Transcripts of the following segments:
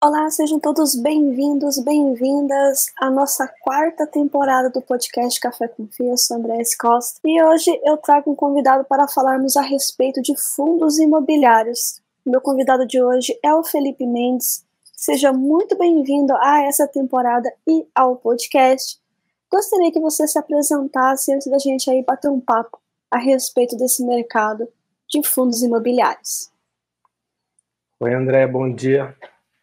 Olá, sejam todos bem-vindos, bem-vindas à nossa quarta temporada do podcast Café com Fio. Eu sou Andréa Costa e hoje eu trago um convidado para falarmos a respeito de fundos imobiliários. O meu convidado de hoje é o Felipe Mendes. Seja muito bem-vindo a essa temporada e ao podcast. Gostaria que você se apresentasse antes da gente aí bater um papo a respeito desse mercado de fundos imobiliários. Oi, André, bom dia.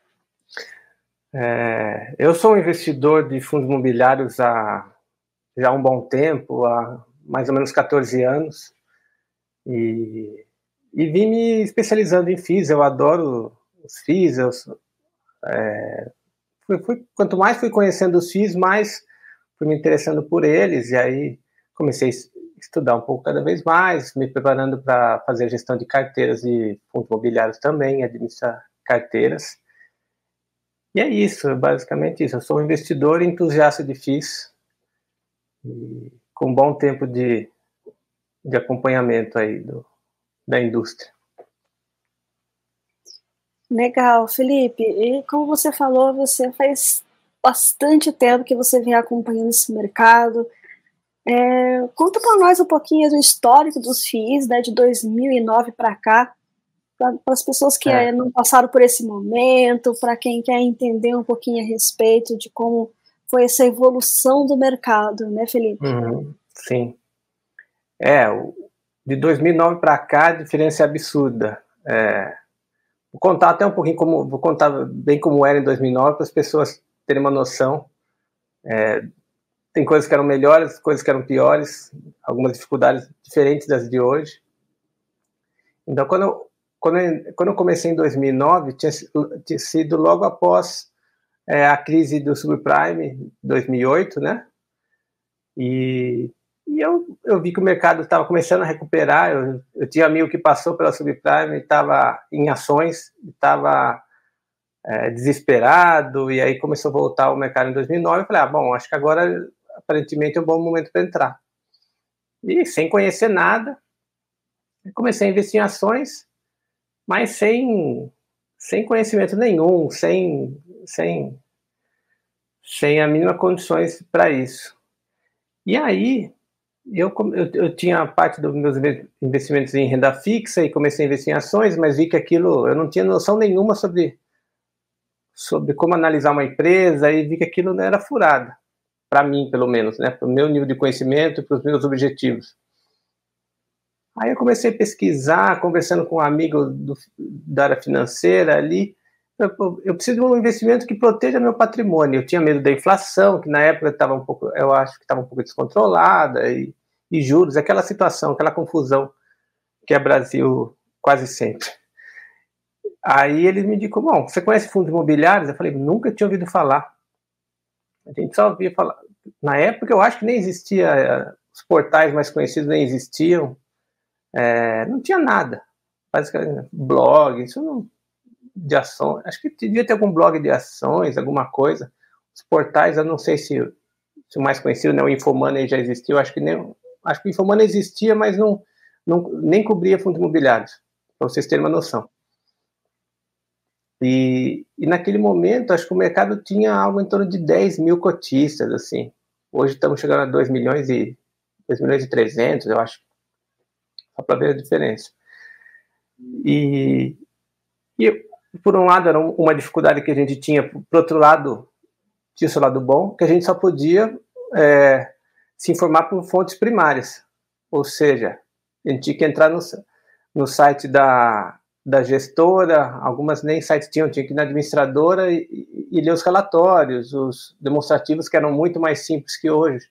Eu sou um investidor de fundos imobiliários há já um bom tempo, há mais ou menos 14 anos, e vim me especializando em FIIs. Eu adoro os FIIs. Quanto mais fui conhecendo os FIIs, mais fui me interessando por eles, e aí comecei a estudar um pouco cada vez mais, me preparando para fazer gestão de carteiras de fundos imobiliários também, administrar carteiras. E é isso, basicamente isso. Eu sou um investidor entusiasta de FIIs, e com um bom tempo de acompanhamento aí da indústria. Legal, Felipe. E como você falou, você faz bastante tempo que você vem acompanhando esse mercado. Conta para nós um pouquinho do histórico dos FIIs, né, de 2009 para cá, para as pessoas que não passaram por esse momento, para quem quer entender um pouquinho a respeito de como foi essa evolução do mercado, né, Felipe? Sim. De 2009 para cá, a diferença é absurda. Vou contar até um pouquinho vou contar bem como era em 2009 para as pessoas terem uma noção. Tem coisas que eram melhores, coisas que eram piores, algumas dificuldades diferentes das de hoje. Então, quando eu comecei em 2009, tinha sido logo após a crise do subprime, 2008, né? E eu vi que o mercado estava começando a recuperar. Eu tinha amigo que passou pela subprime, estava em ações, estava desesperado, e aí começou a voltar o mercado em 2009. Eu falei, bom, acho que agora aparentemente é um bom momento para entrar. E sem conhecer nada, comecei a investir em ações, mas sem conhecimento nenhum, sem a mínima condições para isso. E aí eu tinha parte dos meus investimentos em renda fixa e comecei a investir em ações, mas vi que aquilo, eu não tinha noção nenhuma sobre como analisar uma empresa, e vi que aquilo não era furada, para mim, pelo menos, né, para o meu nível de conhecimento e para os meus objetivos. Aí eu comecei a pesquisar, conversando com um amigo da área financeira ali. Eu preciso de um investimento que proteja meu patrimônio. Eu tinha medo da inflação, que na época eu acho que estava um pouco descontrolada, e juros, aquela situação, aquela confusão que é Brasil quase sempre. Aí ele me indicou, bom, você conhece fundos imobiliários? Eu falei, nunca tinha ouvido falar. A gente só ouvia falar. Na época eu acho que nem existia, os portais mais conhecidos nem existiam. Não tinha nada, basicamente blog, isso não, de ações, acho que devia ter algum blog de ações, alguma coisa. Os portais, eu não sei se o mais conhecido, né, o Infomoney já existiu, acho que o Infomoney existia, mas nem cobria fundos imobiliários, para vocês terem uma noção. E naquele momento, acho que o mercado tinha algo em torno de 10 mil cotistas, assim. Hoje estamos chegando a 2 milhões e 300, eu acho. Só para ver a diferença. E por um lado era uma dificuldade que a gente tinha, por outro lado tinha o seu lado bom, que a gente só podia se informar por fontes primárias, ou seja, a gente tinha que entrar no site da gestora, algumas nem site tinha que ir na administradora e ler os relatórios, os demonstrativos, que eram muito mais simples que hoje,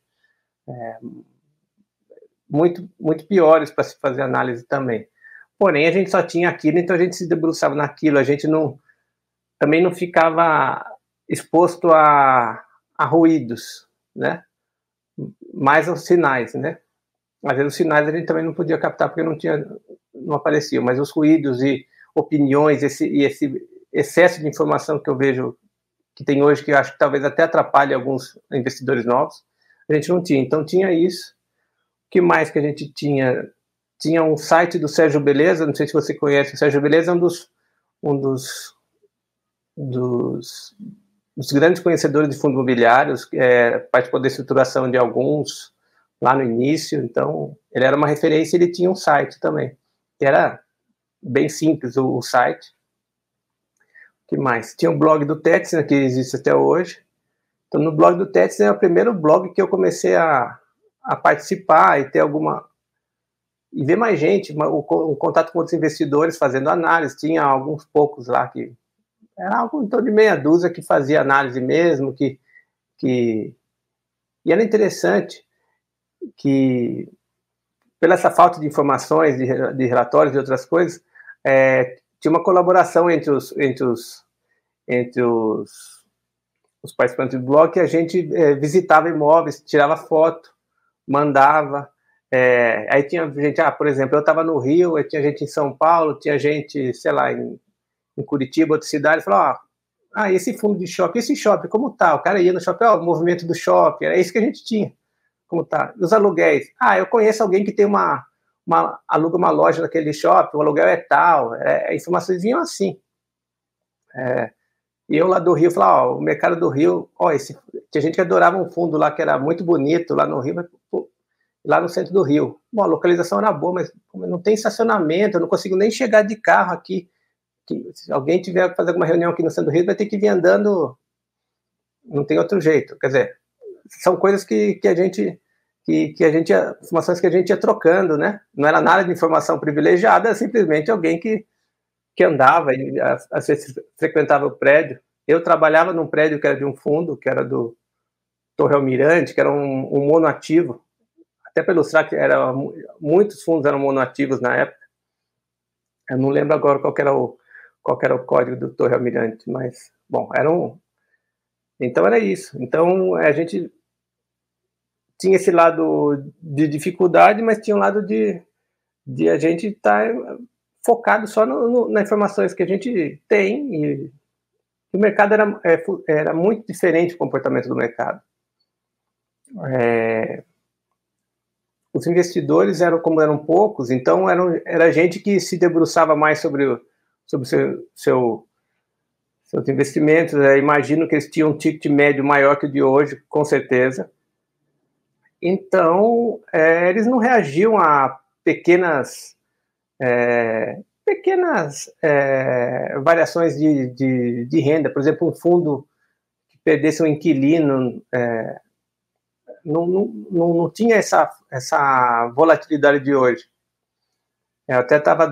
muito, muito piores para se fazer análise também. Porém, a gente só tinha aquilo, então a gente se debruçava naquilo, a gente também não ficava exposto a ruídos, né? Mais aos sinais, né? Às vezes os sinais a gente também não podia captar porque não apareciam, mas os ruídos e opiniões, esse excesso de informação que eu vejo que tem hoje, que eu acho que talvez até atrapalhe alguns investidores novos, a gente não tinha. Então tinha isso. O que mais que a gente tinha? Tinha um site do Sérgio Beleza, não sei se você conhece. O Sérgio Beleza é um dos dos grandes conhecedores de fundos imobiliários, participou da estruturação de alguns lá no início, então ele era uma referência. Ele tinha um site também, que era bem simples o site. O que mais? Tinha o blog do Tetz, que existe até hoje. Então, no blog do Tetz é o primeiro blog que eu comecei a participar e ter e ver mais gente, o contato com outros investidores fazendo análise. Tinha alguns poucos lá que era algo em torno de meia dúzia que fazia análise mesmo, e era interessante que, pela essa falta de informações, de relatórios e outras coisas, tinha uma colaboração entre os participantes do blog, que a gente visitava imóveis, tirava foto, mandava. Aí tinha gente, por exemplo, eu estava no Rio, aí tinha gente em São Paulo, tinha gente, sei lá, em Curitiba, outra cidade, falou, esse fundo de shopping, esse shopping, como tá? O cara ia no shopping, o movimento do shopping, era isso que a gente tinha, como tá? Os aluguéis, eu conheço alguém que tem aluga uma loja naquele shopping, o aluguel é tal, informações vinham assim. E eu lá do Rio, falava, o mercado do Rio, tinha gente que adorava um fundo lá que era muito bonito, lá no Rio, mas, lá no centro do Rio. Bom, a localização era boa, mas não tem estacionamento, eu não consigo nem chegar de carro aqui. Se alguém tiver que fazer alguma reunião aqui no centro do Rio, vai ter que vir andando, não tem outro jeito. Quer dizer, são coisas que a gente, informações que a gente ia trocando, né? Não era nada de informação privilegiada, era simplesmente alguém que andava e às vezes frequentava o prédio. Eu trabalhava num prédio que era de um fundo, que era do Torre Almirante, que era um monoativo. Até para ilustrar que muitos fundos eram monoativos na época. Eu não lembro agora qual era o código do Torre Almirante, mas, bom, então era isso. Então a gente tinha esse lado de dificuldade, mas tinha um lado de a gente estar focado só nas informações que a gente tem, e o mercado era muito diferente do comportamento do mercado. Os investidores como eram poucos, então era gente que se debruçava mais sobre seus investimentos. Imagino que eles tinham um ticket médio maior que o de hoje, com certeza. Então, eles não reagiam a pequenas variações de renda. Por exemplo, um fundo que perdesse um inquilino, não tinha essa volatilidade de hoje. Eu até estava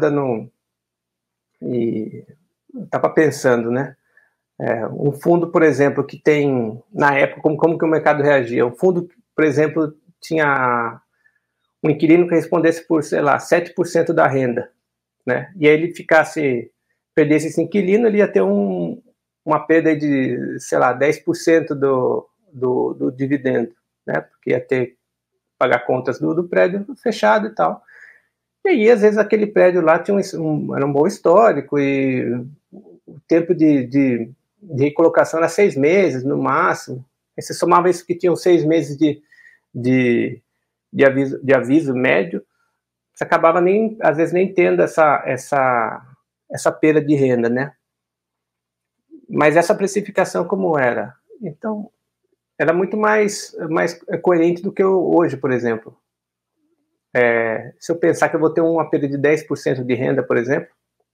estava pensando, né? Um fundo, por exemplo, que tem, na época, como que o mercado reagia? Um fundo, por exemplo, tinha um inquilino que respondesse por, sei lá, 7% da renda, né? E aí ele perdesse esse inquilino, ele ia ter uma perda de, sei lá, 10% do dividendo, né? Porque ia ter que pagar contas do prédio fechado e tal. E aí, às vezes, aquele prédio lá tinha era um bom histórico, e o tempo de recolocação era 6 meses, no máximo. Aí você somava isso, que tinham 6 meses de aviso médio, você acabava às vezes nem tendo essa perda de renda, né? Mas essa precificação como era? Então, era muito mais coerente do que hoje, por exemplo. Se eu pensar que eu vou ter uma perda de 10% de renda, por exemplo,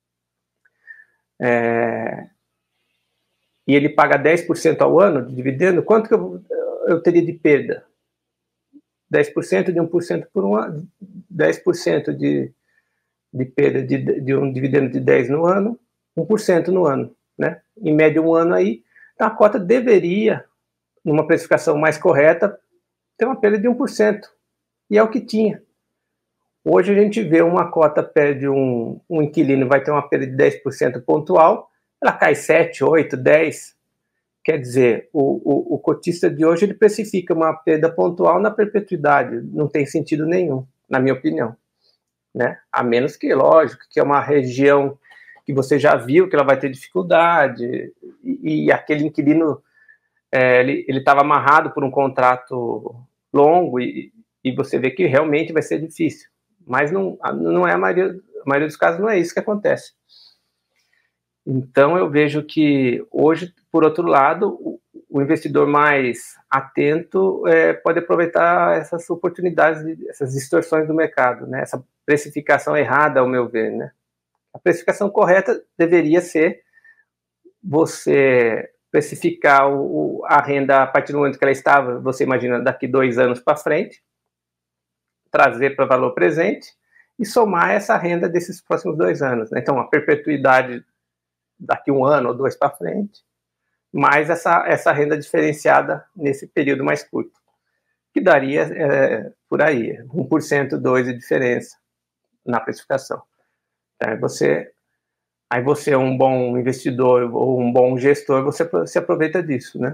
e ele paga 10% ao ano de dividendo, quanto que eu teria de perda? 10% de 1% por um ano, 10% de perda de um dividendo de 10 no ano, 1% no ano, né? Em média, um ano aí, então a cota deveria, numa precificação mais correta, ter uma perda de 1%, e é o que tinha. Hoje a gente vê uma cota perde um inquilino, vai ter uma perda de 10% pontual, ela cai 7, 8, 10. Quer dizer, o cotista de hoje ele precifica uma perda pontual na perpetuidade. Não tem sentido nenhum, na minha opinião, né? A menos que, lógico, que é uma região que você já viu que ela vai ter dificuldade, e aquele inquilino ele estava amarrado por um contrato longo, e você vê que realmente vai ser difícil. Mas não é a maioria dos casos, não é isso que acontece. Então, eu vejo que hoje, por outro lado, o investidor mais atento pode aproveitar essas oportunidades, essas distorções do mercado, né? Essa precificação errada, ao meu ver, né? A precificação correta deveria ser você precificar a renda a partir do momento que ela estava, você imagina, daqui 2 anos para frente, trazer para valor presente e somar essa renda desses próximos 2 anos, né? Então, a perpetuidade daqui 1 ano ou 2 para frente, mais essa renda diferenciada nesse período mais curto, que daria por aí, 1%, 2% de diferença na precificação. Então, aí você é um bom investidor ou um bom gestor, você se aproveita disso, né?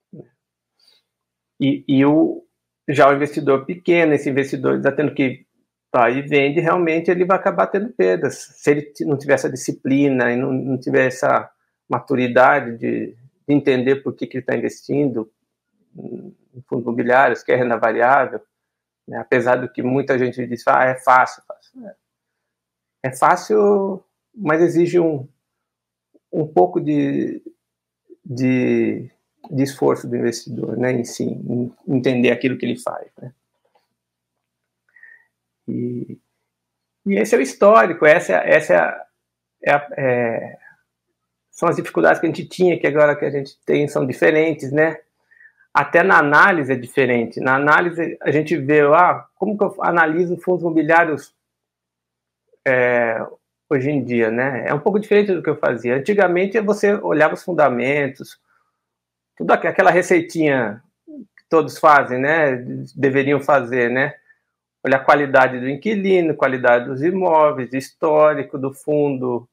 Já o investidor pequeno, esse investidor está tendo que e vende, realmente ele vai acabar tendo perdas. Se ele não tiver essa disciplina e não tiver essa maturidade de entender por que ele está investindo em fundos imobiliários, que é renda variável, né? Apesar do que muita gente diz, é fácil. É fácil, mas exige um pouco de esforço do investidor, né, em si, em entender aquilo que ele faz, né? E esse é o histórico, são as dificuldades que a gente tinha, que agora que a gente tem são diferentes, né? Até na análise é diferente. Na análise a gente vê, como que eu analiso fundos imobiliários hoje em dia, né? É um pouco diferente do que eu fazia. Antigamente você olhava os fundamentos, tudo aquela receitinha que todos fazem, né? Deveriam fazer, né? Olhar a qualidade do inquilino, qualidade dos imóveis, histórico do fundo,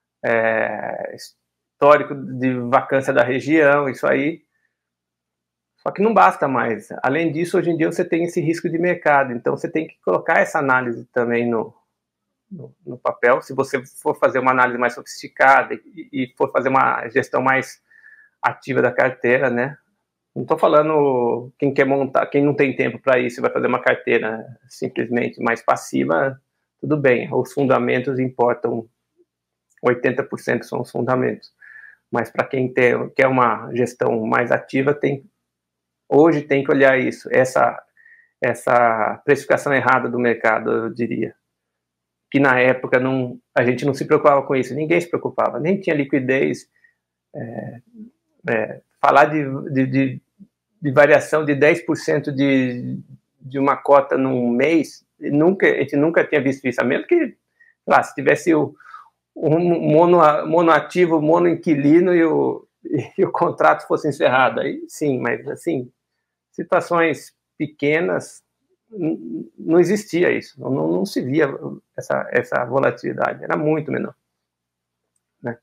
histórico de vacância da região, isso aí. Só que não basta mais. Além disso, hoje em dia você tem esse risco de mercado, então você tem que colocar essa análise também no papel. Se você for fazer uma análise mais sofisticada e for fazer uma gestão mais ativa da carteira, né? Não estou falando quem quer montar, quem não tem tempo para isso, vai fazer uma carteira simplesmente mais passiva, tudo bem, os fundamentos importam, 80% são os fundamentos. Mas para quem quer uma gestão mais ativa, hoje tem que olhar isso, essa precificação errada do mercado, eu diria. Que na época a gente não se preocupava com isso, ninguém se preocupava, nem tinha liquidez. Falar de variação de 10% de uma cota num mês, a gente nunca tinha visto isso, a menos que, se tivesse monoativo, monoinquilino e o contrato fosse encerrado, aí sim, mas assim, situações pequenas, não existia isso, não se via essa volatilidade, era muito menor. Né?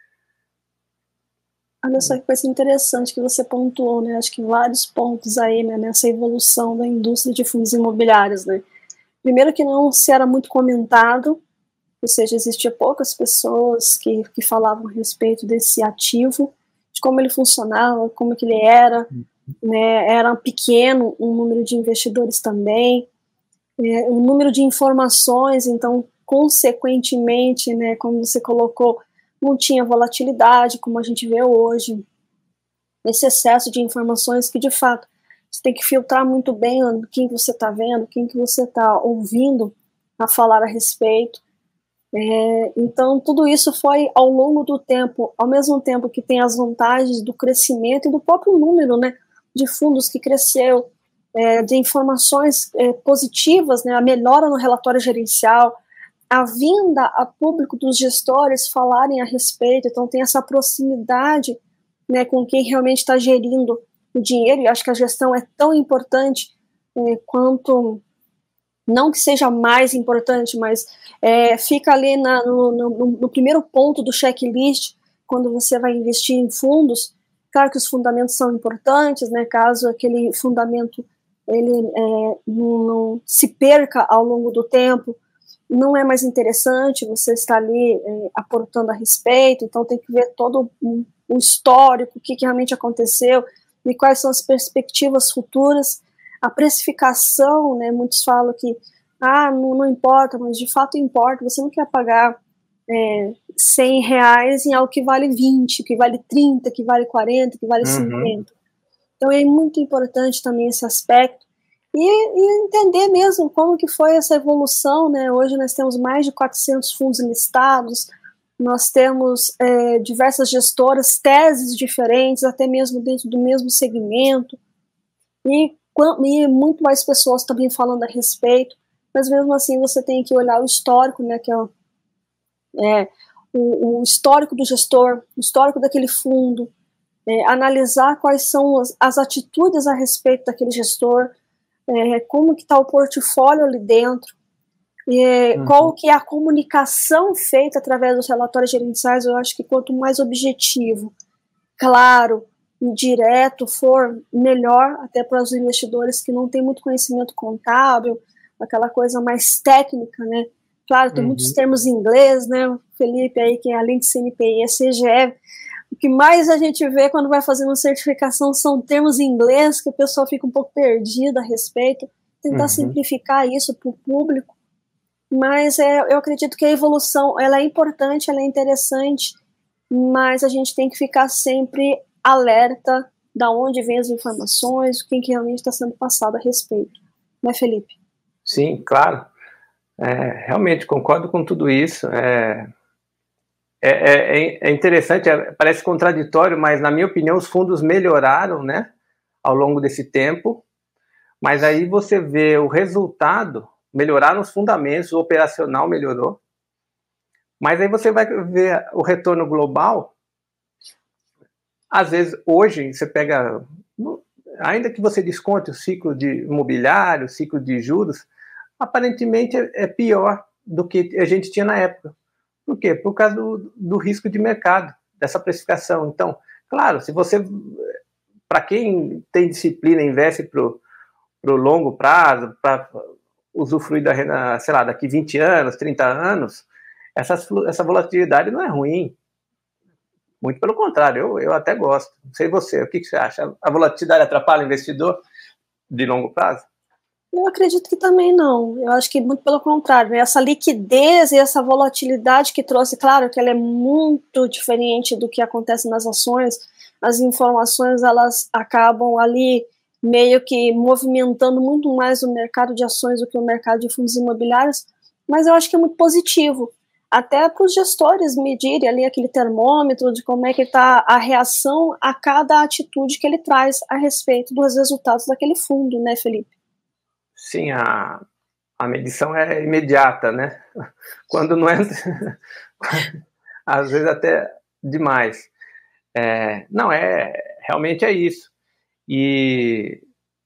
Olha só que coisa interessante que você pontuou, né? Acho que vários pontos aí, né, nessa evolução da indústria de fundos imobiliários, né? Primeiro que não se era muito comentado, ou seja, existia poucas pessoas que falavam a respeito desse ativo, de como ele funcionava, como que ele era, né? Era pequeno o número de investidores também, o número de informações, então, consequentemente, né, como você colocou, não tinha volatilidade, como a gente vê hoje, esse excesso de informações que, de fato, você tem que filtrar muito bem quem que você está vendo, quem que você está ouvindo a falar a respeito. Então, tudo isso foi ao longo do tempo, ao mesmo tempo que tem as vantagens do crescimento e do próprio número, né, de fundos que cresceu, de informações positivas, né, a melhora no relatório gerencial, a vinda a público dos gestores falarem a respeito, então tem essa proximidade, né, com quem realmente está gerindo o dinheiro, e acho que a gestão é tão importante quanto, não que seja mais importante, mas fica ali no primeiro ponto do checklist, quando você vai investir em fundos. Claro que os fundamentos são importantes, né, caso aquele fundamento ele não se perca ao longo do tempo, não é mais interessante você estar ali aportando a respeito, então tem que ver todo o histórico, o que realmente aconteceu e quais são as perspectivas futuras. A precificação, né, muitos falam que não importa, mas de fato importa, você não quer pagar R$100 em algo que vale 20, que vale 30, que vale 40, que vale 50. Então é muito importante também esse aspecto e entender mesmo como que foi essa evolução, né? Hoje nós temos mais de 400 fundos listados, nós temos diversas gestoras, teses diferentes, até mesmo dentro do mesmo segmento, e muito mais pessoas também falando a respeito, mas mesmo assim você tem que olhar o histórico, né, que o histórico do gestor, o histórico daquele fundo, analisar quais são as atitudes a respeito daquele gestor, como que está o portfólio ali dentro, qual que é a comunicação feita através dos relatórios gerenciais. Eu acho que quanto mais objetivo, claro e direto for, melhor, até para os investidores que não têm muito conhecimento contábil, aquela coisa mais técnica, né? Claro, tem muitos termos em inglês, né? O Felipe aí, que além de CNPI é CGE, o que mais a gente vê quando vai fazer uma certificação são termos em inglês, que o pessoal fica um pouco perdido a respeito, tentar simplificar isso para o público, mas eu acredito que a evolução, ela é importante, ela é interessante, mas a gente tem que ficar sempre alerta da onde vem as informações, o que realmente está sendo passado a respeito, né, Felipe? Sim, claro. Realmente concordo com tudo isso. É interessante, parece contraditório, mas na minha opinião os fundos melhoraram, né, ao longo desse tempo, mas aí você vê o resultado, melhoraram os fundamentos, o operacional melhorou, mas aí você vai ver o retorno global. Às vezes, hoje, você pega, ainda que você desconte o ciclo de imobiliário, o ciclo de juros, aparentemente é pior do que a gente tinha na época. Por quê? Por causa do risco de mercado, dessa precificação. Então, claro, se você, para quem tem disciplina, investe para o longo prazo, para usufruir da renda, sei lá, daqui 20 anos, 30 anos, essa volatilidade não é ruim. Muito pelo contrário, eu até gosto. Não sei você, o que você acha? A volatilidade atrapalha o investidor de longo prazo? Eu acredito que também não. Eu acho que muito pelo contrário. Essa liquidez e essa volatilidade que trouxe, claro que ela é muito diferente do que acontece nas ações. As informações, elas acabam ali meio que movimentando muito mais o mercado de ações do que o mercado de fundos imobiliários, mas eu acho que é muito positivo, até para os gestores medirem ali aquele termômetro de como é que está a reação a cada atitude que ele traz a respeito dos resultados daquele fundo, né, Felipe? Sim, a medição é imediata, né? Quando não é... às vezes até demais. Não, realmente é isso. E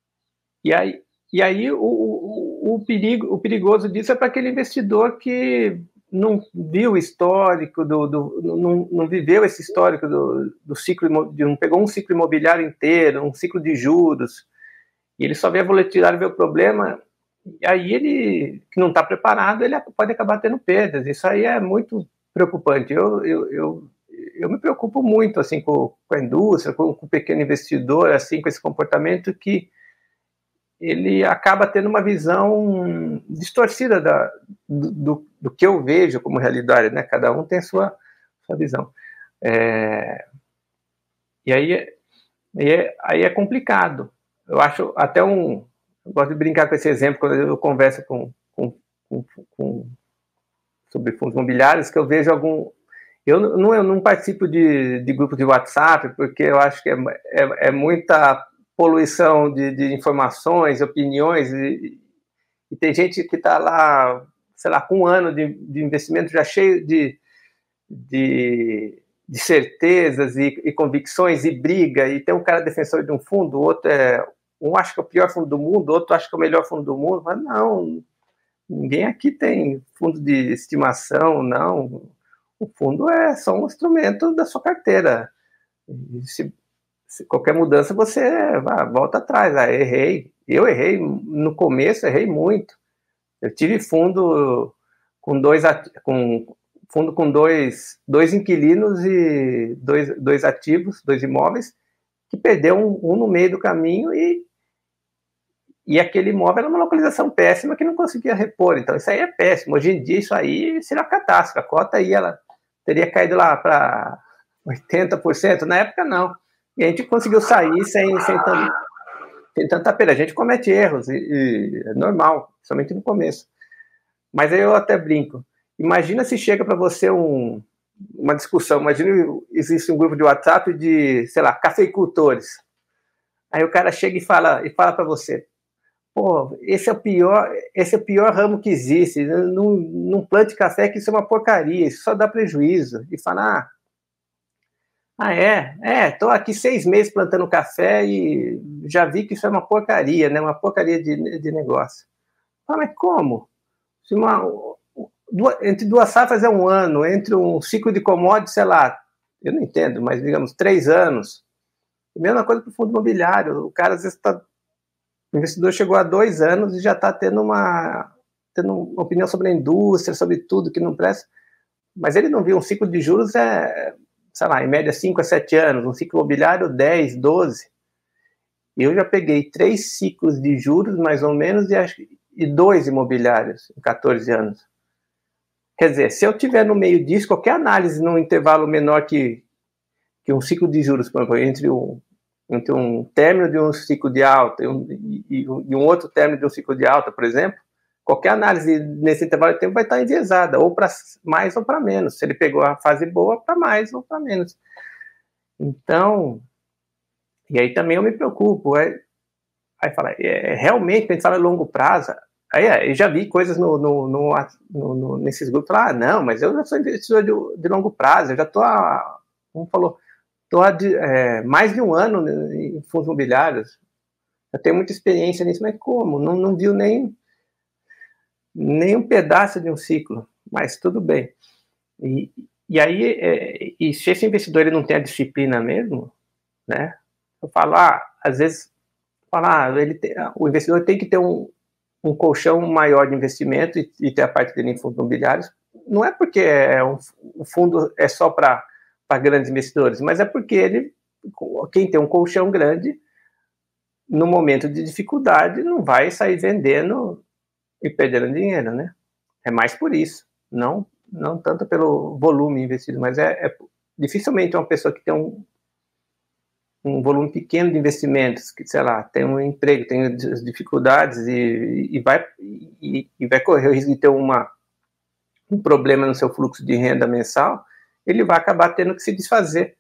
aí o perigoso disso é para aquele investidor que não viu o histórico, não viveu esse histórico do ciclo, não pegou um ciclo imobiliário inteiro, um ciclo de juros, e ele só vê a volatilidade, vê o problema, e aí ele, que não está preparado, ele pode acabar tendo perdas. Isso aí é muito preocupante. Eu me preocupo muito assim, com a indústria, com o pequeno investidor, assim, com esse comportamento que ele acaba tendo uma visão distorcida do que eu vejo como realidade, né? Cada um tem a sua visão. E aí é complicado. Eu acho até eu gosto de brincar com esse exemplo quando eu converso sobre fundos imobiliários, que eu vejo eu não participo de grupos de WhatsApp, porque eu acho que é muita poluição de informações, opiniões, e tem gente que está lá, sei lá, com um ano de investimento já cheio de certezas e convicções e briga, e tem um cara defensor de um fundo, o outro um acha que é o pior fundo do mundo, o outro acha que é o melhor fundo do mundo, mas não, ninguém aqui tem fundo de estimação, não. O fundo é só um instrumento da sua carteira. Se qualquer mudança, você volta atrás. Errei. Eu errei no começo, errei muito. Eu tive fundo com dois inquilinos e dois ativos, dois imóveis, que perdeu um no meio do caminho E aquele imóvel era uma localização péssima que não conseguia repor. Então, isso aí é péssimo. Hoje em dia, isso aí seria uma catástrofe. A cota aí, ela teria caído lá para 80%. Na época, não. E a gente conseguiu sair sem tanta perda. A gente comete erros, e é normal, somente no começo. Mas aí eu até brinco. Imagina se chega para você uma discussão. Imagina existe um grupo de WhatsApp de, sei lá, cafeicultores. Aí o cara chega e fala para você: pô, esse é o pior ramo que existe. Não plante café, que isso é uma porcaria, isso só dá prejuízo. E fala: tô aqui 6 meses plantando café e já vi que isso é uma porcaria, né? Uma porcaria de negócio. Fala, mas como? Se entre 2 safras é 1 ano, entre um ciclo de commodities, sei lá, eu não entendo, mas digamos 3 anos. Mesma coisa para o fundo imobiliário. O cara, às vezes, o investidor chegou há 2 anos e já está tendo uma opinião sobre a indústria, sobre tudo que não presta, mas ele não viu um ciclo de juros, sei lá, em média 5 a 7 anos, um ciclo imobiliário 10, 12. Eu já peguei 3 ciclos de juros, mais ou menos, e 2 imobiliários em 14 anos. Quer dizer, se eu tiver no meio disso, qualquer análise num intervalo menor que um ciclo de juros, por exemplo, entre um término de um ciclo de alta e um outro término de um ciclo de alta, por exemplo, qualquer análise nesse intervalo de tempo vai estar enviesada, ou para mais ou para menos. Se ele pegou a fase boa, para mais ou para menos. Então, e aí também eu me preocupo. Aí fala, realmente pensar em longo prazo. Aí eu já vi coisas nesses grupos lá, não, mas eu já sou investidor de longo prazo, eu já estou como falou, estou há mais de 1 ano em fundos imobiliários. Eu tenho muita experiência nisso, mas como? Não viu nem um pedaço de um ciclo, mas tudo bem. E aí, se esse investidor ele não tem a disciplina mesmo, né? Eu falo, às vezes, o investidor tem que ter um colchão maior de investimento e ter a parte dele em fundos imobiliários. Não é porque o fundo é só para grandes investidores, mas é porque quem tem um colchão grande, no momento de dificuldade, não vai sair vendendo e perdendo dinheiro, né? É mais por isso, não tanto pelo volume investido, mas dificilmente uma pessoa que tem um volume pequeno de investimentos, que, sei lá, tem um emprego, tem as dificuldades e vai correr o risco de ter um problema no seu fluxo de renda mensal, ele vai acabar tendo que se desfazer.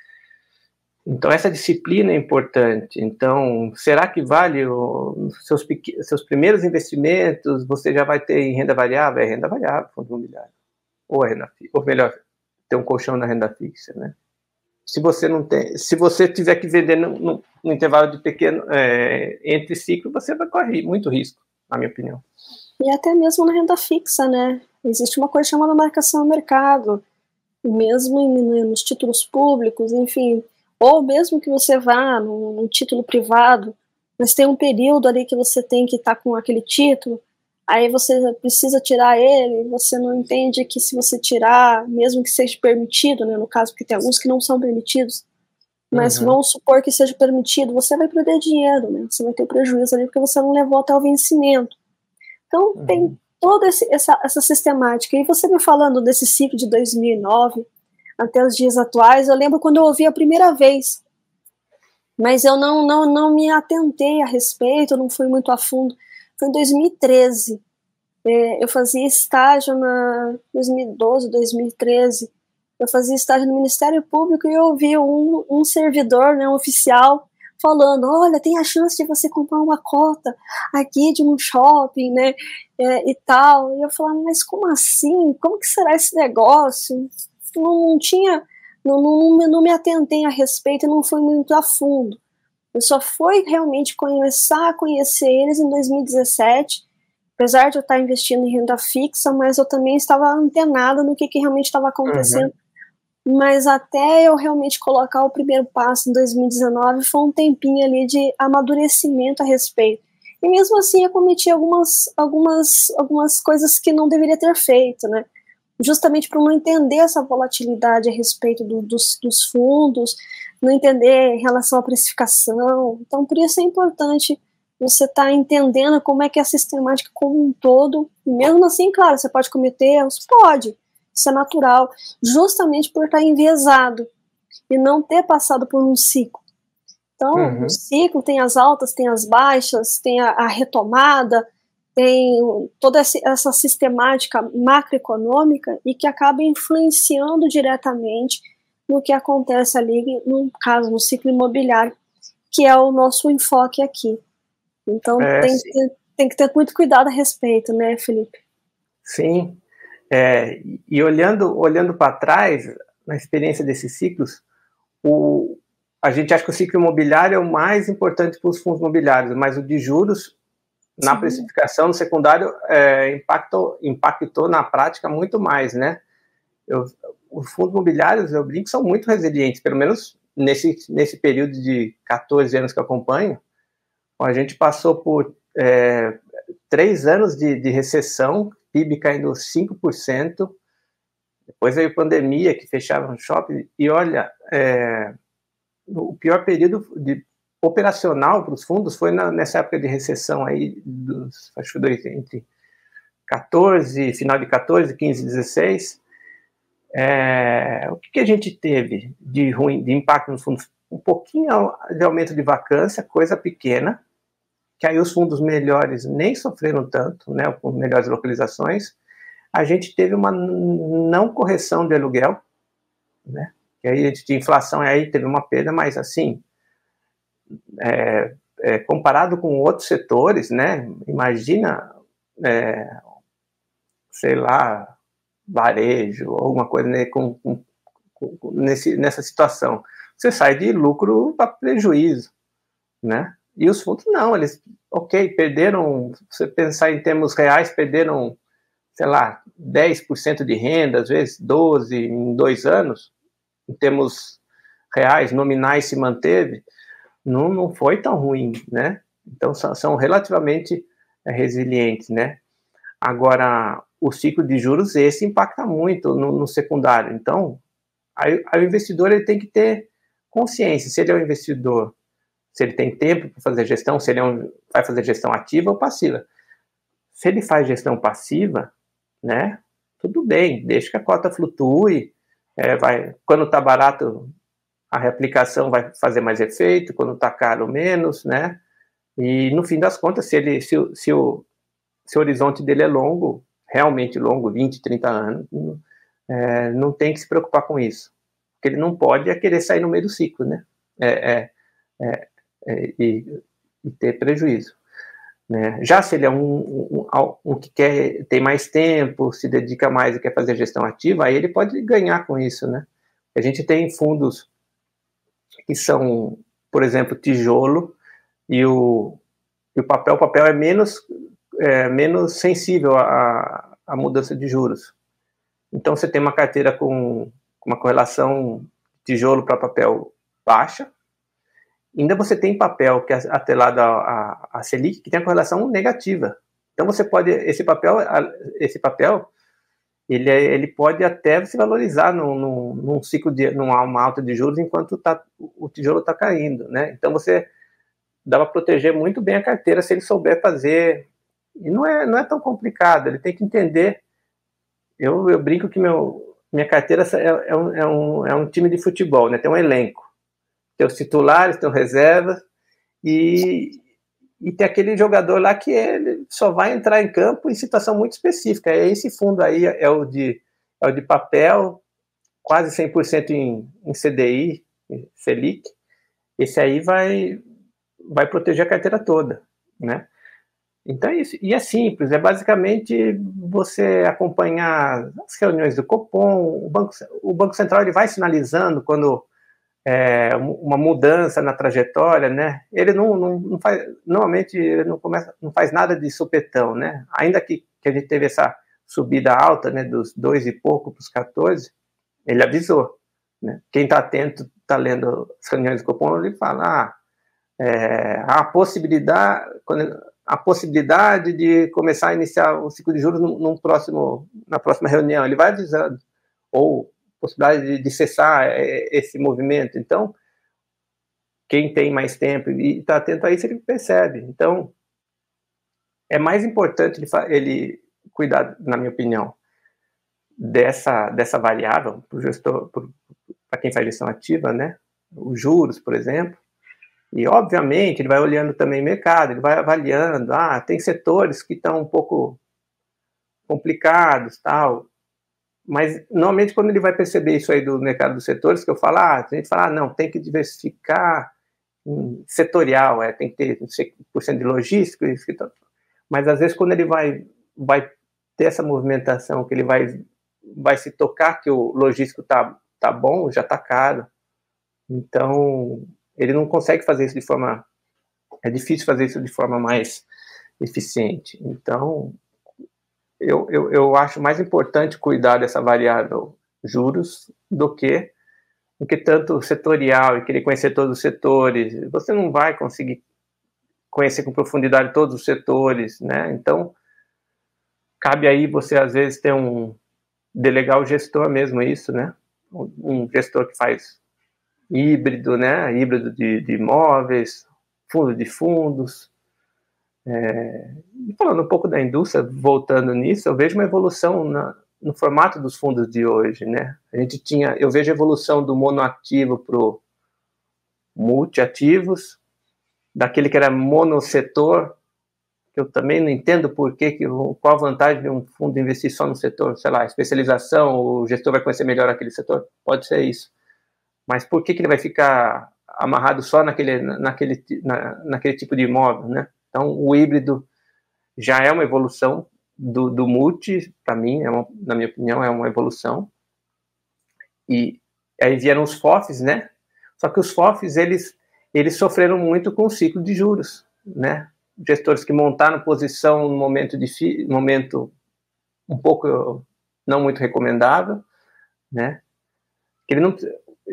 Então, essa disciplina é importante. Então, será que vale seus primeiros investimentos, você já vai ter em renda variável? É renda variável, fundo imobiliário. Ou melhor, ter um colchão na renda fixa, né? Se você tiver que vender no intervalo de pequeno, entre ciclo, você vai correr muito risco, na minha opinião. E até mesmo na renda fixa, né? Existe uma coisa chamada marcação a mercado, mesmo nos títulos públicos, enfim, ou mesmo que você vá num título privado, mas tem um período ali que você tem que estar com aquele título, aí você precisa tirar ele, você não entende que se você tirar, mesmo que seja permitido, né, no caso, porque tem alguns que não são permitidos, mas vamos supor que seja permitido, você vai perder dinheiro, né, você vai ter prejuízo ali porque você não levou até o vencimento. Então tem toda essa sistemática. E você me falando desse ciclo de 2009 até os dias atuais, eu lembro quando eu ouvi a primeira vez, mas eu não me atentei a respeito, eu não fui muito a fundo. Foi em 2013, eu fazia estágio na 2012, 2013, eu fazia estágio no Ministério Público e eu ouvi um servidor, né, um oficial, falando, olha, tem a chance de você comprar uma cota aqui de um shopping, né, e tal. E eu falava, mas como assim? Como que será esse negócio? Não me atentei a respeito e não fui muito a fundo. Eu só fui realmente começar a conhecer eles em 2017, apesar de eu estar investindo em renda fixa, mas eu também estava antenada no que realmente estava acontecendo. Mas até eu realmente colocar o primeiro passo em 2019, foi um tempinho ali de amadurecimento a respeito. E mesmo assim eu cometi algumas coisas que não deveria ter feito, né? Justamente por não entender essa volatilidade a respeito dos fundos, não entender em relação à precificação. Então, por isso é importante você está entendendo como é que é a sistemática como um todo, e mesmo assim, claro, você pode cometer erros? Pode, isso é natural, justamente por estar enviesado e não ter passado por um ciclo. Então, o ciclo tem as altas, tem as baixas, tem a retomada, tem toda essa sistemática macroeconômica e que acaba influenciando diretamente no que acontece ali, no caso, no ciclo imobiliário, que é o nosso enfoque aqui. Então, tem que ter muito cuidado a respeito, né, Felipe? Sim. E olhando para trás, na experiência desses ciclos, a gente acha que o ciclo imobiliário é o mais importante para os fundos imobiliários, mas o de juros, na precificação no secundário, impactou na prática muito mais, né? Os fundos imobiliários, eu brinco, são muito resilientes, pelo menos nesse período de 14 anos que eu acompanho. A gente passou por 3 anos de recessão, PIB caindo 5%, depois veio a pandemia, que fechava o shopping, e olha, o pior período operacional para os fundos foi nessa época de recessão aí, acho que entre 14, final de 14, 15, 16. O que a gente teve de ruim, de impacto nos fundos? Um pouquinho de aumento de vacância, coisa pequena, que aí os fundos melhores nem sofreram tanto, né, com melhores localizações. A gente teve uma não correção de aluguel, né, que aí a gente tinha inflação, e aí teve uma perda, mas assim, comparado com outros setores, né, imagina, sei lá, varejo, alguma coisa, né, nessa situação. Você sai de lucro para prejuízo, né? E os fundos não, eles, perderam, se você pensar em termos reais, perderam, sei lá, 10% de renda, às vezes 12% em 2 anos, em termos reais, nominais se manteve, não foi tão ruim, né? Então são relativamente resilientes, né? Agora, o ciclo de juros, esse impacta muito no secundário. Então, aí o investidor ele tem que ter consciência, se ele é um investidor, se ele tem tempo para fazer gestão, se ele vai fazer gestão ativa ou passiva. Se ele faz gestão passiva, né, tudo bem, deixa que a cota flutue, quando está barato, a reaplicação vai fazer mais efeito, quando está caro, menos, né, e no fim das contas, se o horizonte dele é longo, realmente longo, 20, 30 anos, não tem que se preocupar com isso, porque ele não pode querer sair no meio do ciclo, né, e ter prejuízo, né? Já se ele é um que tem mais tempo, se dedica mais e quer fazer gestão ativa, aí ele pode ganhar com isso, né? A gente tem fundos que são, por exemplo, tijolo, e o papel é menos sensível à mudança de juros. Então você tem uma carteira com uma correlação tijolo para papel baixa. Ainda você tem papel que é atrelado a Selic, que tem a correlação negativa. Então você pode, esse papel ele pode até se valorizar num ciclo numa alta de juros enquanto o tijolo está caindo, né? Então você dá para proteger muito bem a carteira se ele souber fazer. E não é tão complicado, ele tem que entender. Eu brinco que minha carteira é um time de futebol, né? Tem um elenco. Tem os titulares, tem os reservas, e tem aquele jogador lá que ele só vai entrar em campo em situação muito específica. Esse fundo aí é o de papel, quase 100% em CDI, Selic. Esse aí vai proteger a carteira toda, né? Então é isso. E é simples, é basicamente você acompanhar as reuniões do Copom, o Banco Central ele vai sinalizando quando uma mudança na trajetória, né? Ele não faz, normalmente ele não faz nada de supetão, né? Ainda que a gente teve essa subida alta, né, dos 2 e pouco para os 14, ele avisou, né? Quem está atento, está lendo as reuniões do Copom, ele fala, a possibilidade de começar a iniciar o ciclo de juros na próxima reunião, ele vai avisando, ou possibilidade de cessar esse movimento. Então, quem tem mais tempo e está atento a isso, ele percebe. Então, é mais importante ele cuidar, na minha opinião, dessa variável para o gestor, para quem faz gestão ativa, né? Os juros, por exemplo. E, obviamente, ele vai olhando também o mercado, ele vai avaliando, tem setores que estão um pouco complicados, tal. Mas, normalmente, quando ele vai perceber isso aí do mercado dos setores, que eu falo, a gente fala, não, tem que diversificar setorial, tem que ter 100% de logística, mas, às vezes, quando ele vai ter essa movimentação, que ele vai se tocar que o logístico tá bom, já tá caro. Então, ele não consegue fazer isso de forma... É difícil fazer isso de forma mais eficiente. Então, eu acho mais importante cuidar dessa variável juros do que tanto setorial e querer conhecer todos os setores. Você não vai conseguir conhecer com profundidade todos os setores, né? Então, cabe aí você, às vezes, delegar o gestor mesmo, isso, né? Um gestor que faz híbrido, né? Híbrido de imóveis, fundo de fundos. E falando um pouco da indústria, voltando nisso, eu vejo uma evolução no formato dos fundos de hoje, né? Eu vejo a evolução do monoativo para o multiativos, daquele que era monossetor, que eu também não entendo qual a vantagem de um fundo investir só no setor, sei lá, especialização, o gestor vai conhecer melhor aquele setor, pode ser isso. Mas por que ele vai ficar amarrado só naquele tipo de imóvel, né? Então, o híbrido já é uma evolução do multi, para mim, na minha opinião, é uma evolução. E aí vieram os FOFs, né? Só que os FOFs, eles sofreram muito com o ciclo de juros, né? Gestores que montaram posição no momento um pouco não muito recomendável, né? Ele não,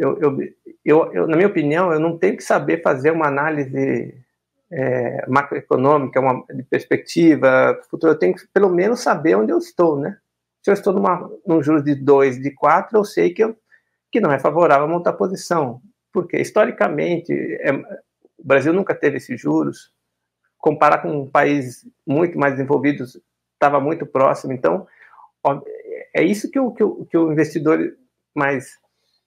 na minha opinião, eu não tenho que saber fazer uma análise macroeconômica, de perspectiva futura. Eu tenho que pelo menos saber onde eu estou, né? Se eu estou num juros de 2, de 4, eu sei que não é favorável montar posição, porque historicamente o Brasil nunca teve esses juros. Comparar com um país muito mais desenvolvido, estava muito próximo. Então, é isso que o investidor mais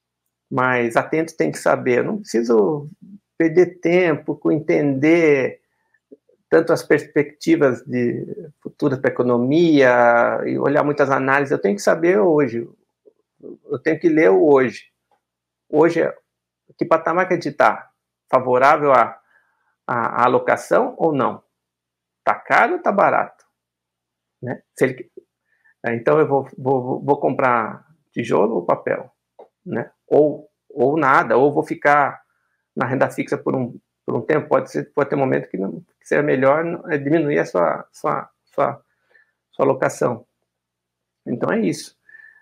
atento tem que saber. Eu não preciso perder tempo com entender tanto as perspectivas futuras para a economia e olhar muitas análises. Eu tenho que saber hoje. Eu tenho que ler o hoje. Hoje, que patamar que a gente está? Favorável à alocação ou não? Está caro ou está barato? Né? Então, eu vou comprar tijolo ou papel? Né? Ou nada, ou vou ficar na renda fixa por um tempo. Pode ter um momento que seja melhor diminuir a sua alocação. Então, é isso.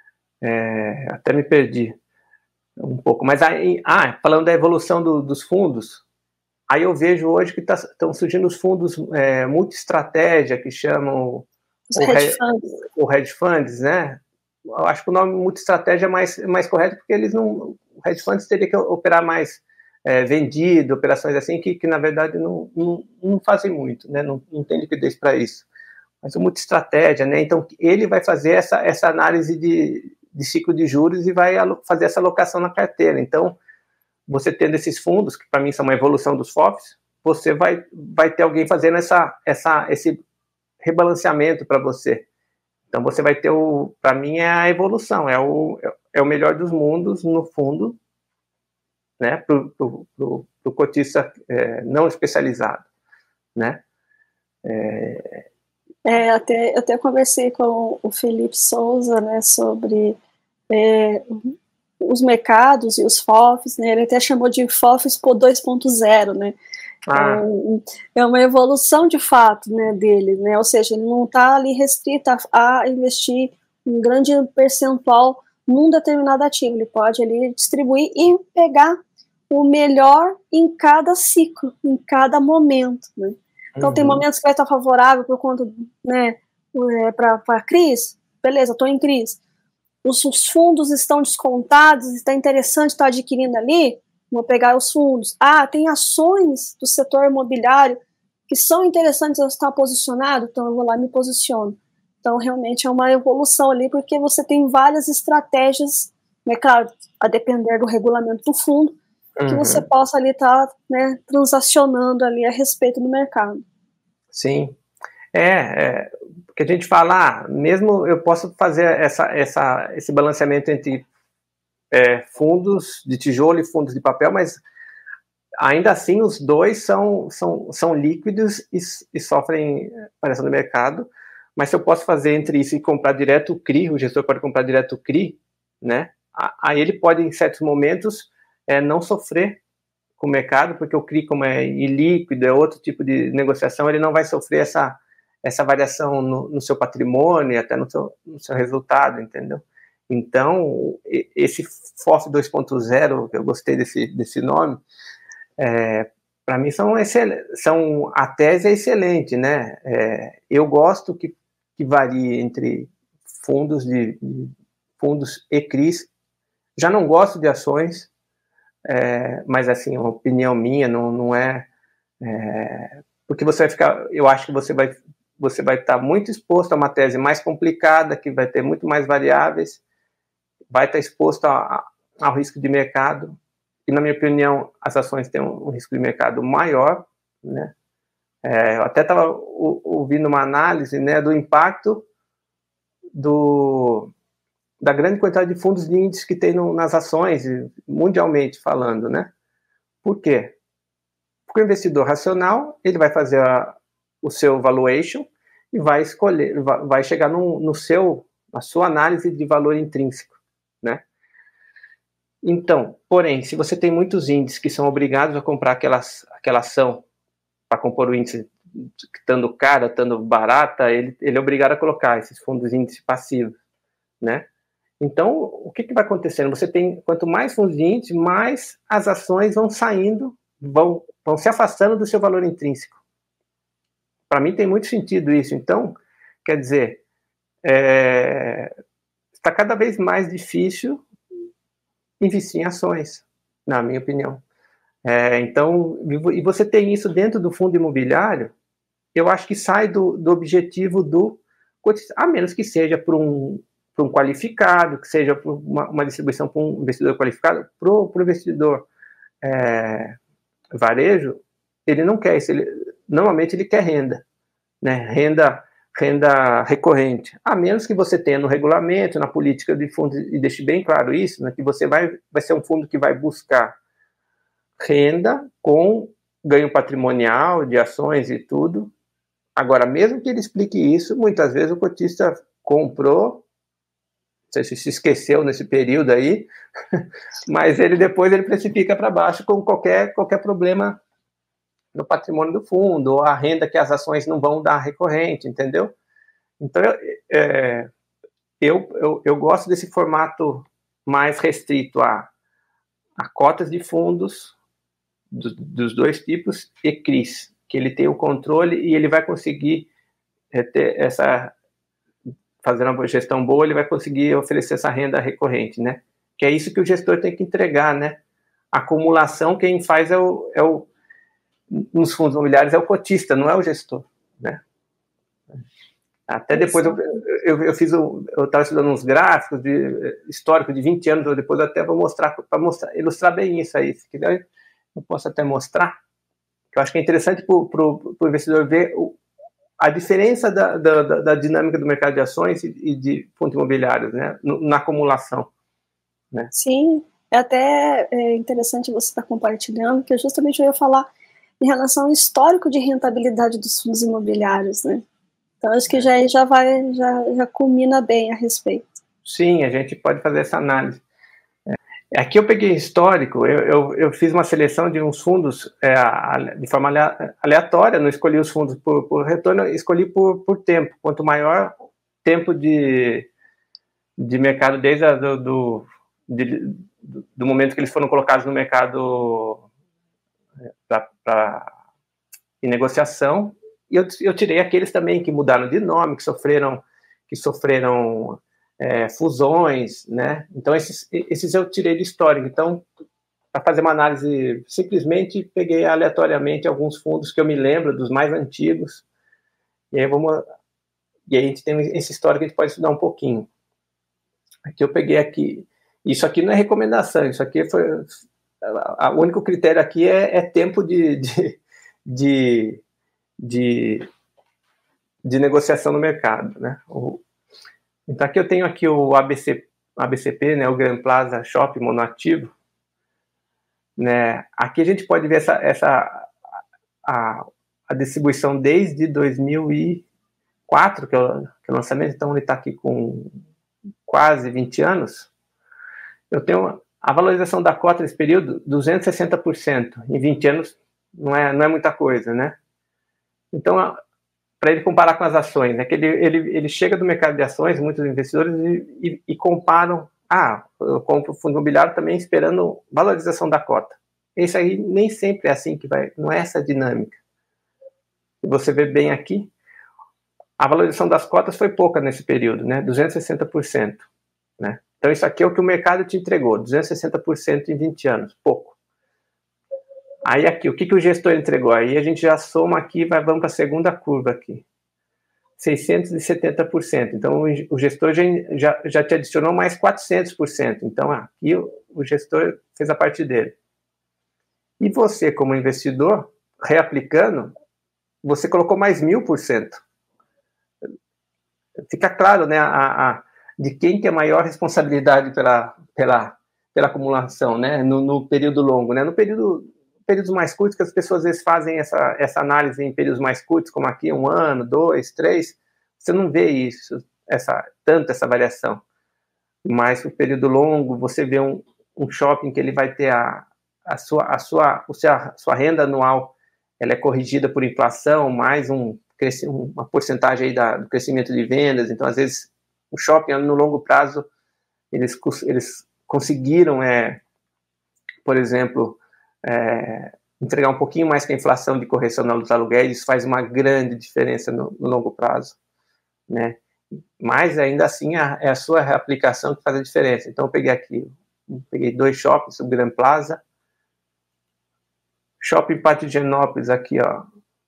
Até me perdi um pouco. Mas aí, falando da evolução dos fundos, aí eu vejo hoje que estão surgindo os fundos multi-estratégia, que chamam o hedge funds, né? Eu acho que o nome multi-estratégia é mais correto, porque o hedge funds teria que operar mais vendido, operações assim, que na verdade não fazem muito, né? Não tem liquidez para isso. Mas o multi-estratégia, né? Então, ele vai fazer essa análise de ciclo de juros e vai fazer essa alocação na carteira. Então, você tendo esses fundos, que para mim são uma evolução dos FOFs, você vai ter alguém fazendo esse rebalanceamento para você. Então, você vai ter para mim, é a evolução, é o melhor dos mundos, no fundo, né, para o cotista não especializado, né? Eu até conversei com o Felipe Souza, né, sobre os mercados e os FOFs, né? Ele até chamou de FOFs 2.0, né? É uma evolução de fato, né, dele, né? Ou seja, ele não está ali restrito a investir um grande percentual num determinado ativo. Ele pode ali distribuir e pegar o melhor em cada ciclo, em cada momento, né? Então, tem momentos que vai estar favorável por conta, né, para a crise. Beleza, estou em crise. Os fundos estão descontados, está interessante estar adquirindo ali. Vou pegar os fundos. Tem ações do setor imobiliário que são interessantes eu estar posicionado, então eu vou lá e me posiciono. Então, realmente é uma evolução ali, porque você tem várias estratégias, né, claro, a depender do regulamento do fundo, que você possa ali estar, né, transacionando ali a respeito do mercado. Sim. Porque a gente fala, mesmo eu posso fazer esse balanceamento entre fundos de tijolo e fundos de papel, mas ainda assim os dois são líquidos e sofrem variação do mercado. Mas se eu posso fazer entre isso e comprar direto o CRI, o gestor pode comprar direto o CRI, né? Aí ele pode, em certos momentos, não sofrer com o mercado, porque o CRI, como é ilíquido, é outro tipo de negociação, ele não vai sofrer essa variação no seu patrimônio e até no seu resultado, entendeu? Então, esse FOF 2.0, eu gostei desse nome, para mim a tese é excelente, né? Eu gosto que varie entre fundos e CRIs. Já não gosto de ações, mas assim, é uma opinião minha, não é, porque você vai ficar, eu acho que você vai estar muito exposto a uma tese mais complicada, que vai ter muito mais variáveis, vai estar exposto ao risco de mercado, e na minha opinião as ações têm um risco de mercado maior, né? Eu até estava ouvindo uma análise, né, do impacto da grande quantidade de fundos de índice que tem nas ações, mundialmente falando, né? Por quê? Porque o investidor racional, ele vai fazer o seu valuation e vai escolher, vai chegar na sua análise de valor intrínseco, né? Então, porém, se você tem muitos índices que são obrigados a comprar aquela ação para compor o índice, estando cara, estando barata, ele é obrigado a colocar esses fundos de índice passivos, né? Então, o que vai acontecendo? Você tem, quanto mais fundos de índice, mais as ações vão saindo, vão se afastando do seu valor intrínseco. Para mim tem muito sentido isso. Então, quer dizer, está cada vez mais difícil investir em ações, na minha opinião. Então, e você tem isso dentro do fundo imobiliário, eu acho que sai do objetivo a menos que seja para um qualificado, que seja por uma distribuição para um investidor qualificado, para o investidor varejo, ele não quer isso, normalmente ele quer renda, né? Renda recorrente, a menos que você tenha no regulamento, na política de fundos, e deixe bem claro isso, né, que você vai ser um fundo que vai buscar renda com ganho patrimonial de ações e tudo. Agora, mesmo que ele explique isso, muitas vezes o cotista comprou, não sei se se esqueceu nesse período aí, mas depois ele precifica para baixo com qualquer problema no patrimônio do fundo, ou a renda que as ações não vão dar recorrente, entendeu? Então, eu gosto desse formato mais restrito a cotas de fundos dos dois tipos e CRIs, que ele tem o controle e ele vai conseguir fazendo uma gestão boa, ele vai conseguir oferecer essa renda recorrente, né? Que é isso que o gestor tem que entregar, né? A acumulação, quem faz nos fundos imobiliários é o cotista, não é o gestor, né? Até depois eu estava estudando uns gráficos históricos de 20 anos, depois eu até vou mostrar, para ilustrar bem isso aí. Se quiser, eu posso até mostrar. Eu acho que é interessante para o investidor ver a diferença da dinâmica do mercado de ações e de fundos imobiliários, né, na acumulação. Né? Sim, é até interessante você estar compartilhando, que justamente eu ia falar em relação ao histórico de rentabilidade dos fundos imobiliários, né? Então acho que já culmina bem a respeito. Sim, a gente pode fazer essa análise. Aqui eu peguei histórico, eu fiz uma seleção de uns fundos de forma aleatória, não escolhi os fundos por retorno, escolhi por tempo. Quanto maior tempo de mercado, desde do momento que eles foram colocados no mercado em negociação, e eu tirei aqueles também que mudaram de nome, que sofreram fusões, né? Então esses eu tirei do histórico. Então fazer uma análise, simplesmente peguei aleatoriamente alguns fundos que eu me lembro, dos mais antigos, e aí a gente tem esse histórico que a gente pode estudar um pouquinho. Aqui eu peguei aqui, isso aqui não é recomendação, isso aqui foi, o único critério aqui é tempo de negociação no mercado, né? Então aqui eu tenho aqui o ABCP, né, o Grand Plaza Shopping monoativo, né? Aqui a gente pode ver a distribuição desde 2004, que é o lançamento, então ele está aqui com quase 20 anos. Eu tenho a valorização da cota nesse período, 260%. Em 20 anos não é muita coisa, né? Então, para ele comparar com as ações, né, que ele chega do mercado de ações, muitos investidores, e comparam, eu compro o fundo imobiliário também esperando valorização da cota. Isso aí nem sempre é assim que vai, não é essa dinâmica. Você vê bem aqui, a valorização das cotas foi pouca nesse período, né, 260%. Né? Então isso aqui é o que o mercado te entregou, 260% em 20 anos, pouco. Aí aqui, o que o gestor entregou? Aí a gente já soma aqui, vamos para a segunda curva aqui. 670%. Então o gestor já te adicionou mais 400%. Então aqui o gestor fez a parte dele. E você, como investidor, reaplicando, você colocou mais 1000%. Fica claro, né, de quem tem a maior responsabilidade pela acumulação, né, no período longo, né, períodos mais curtos, que as pessoas às vezes fazem essa análise em períodos mais curtos, como aqui, 1 ano, 2, 3, você não vê isso, tanto essa variação. Mas no período longo, você vê um shopping que ele vai ter a sua renda anual, ela é corrigida por inflação, mais uma porcentagem aí do crescimento de vendas. Então, às vezes, o shopping, no longo prazo, eles conseguiram, por exemplo, entregar um pouquinho mais que a inflação de correção dos aluguéis. Isso faz uma grande diferença no longo prazo, né? Mas, ainda assim, é a sua reaplicação que faz a diferença. Então, eu peguei 2 shoppings, o Grand Plaza, Shopping Pátio de Higienópolis, aqui, ó,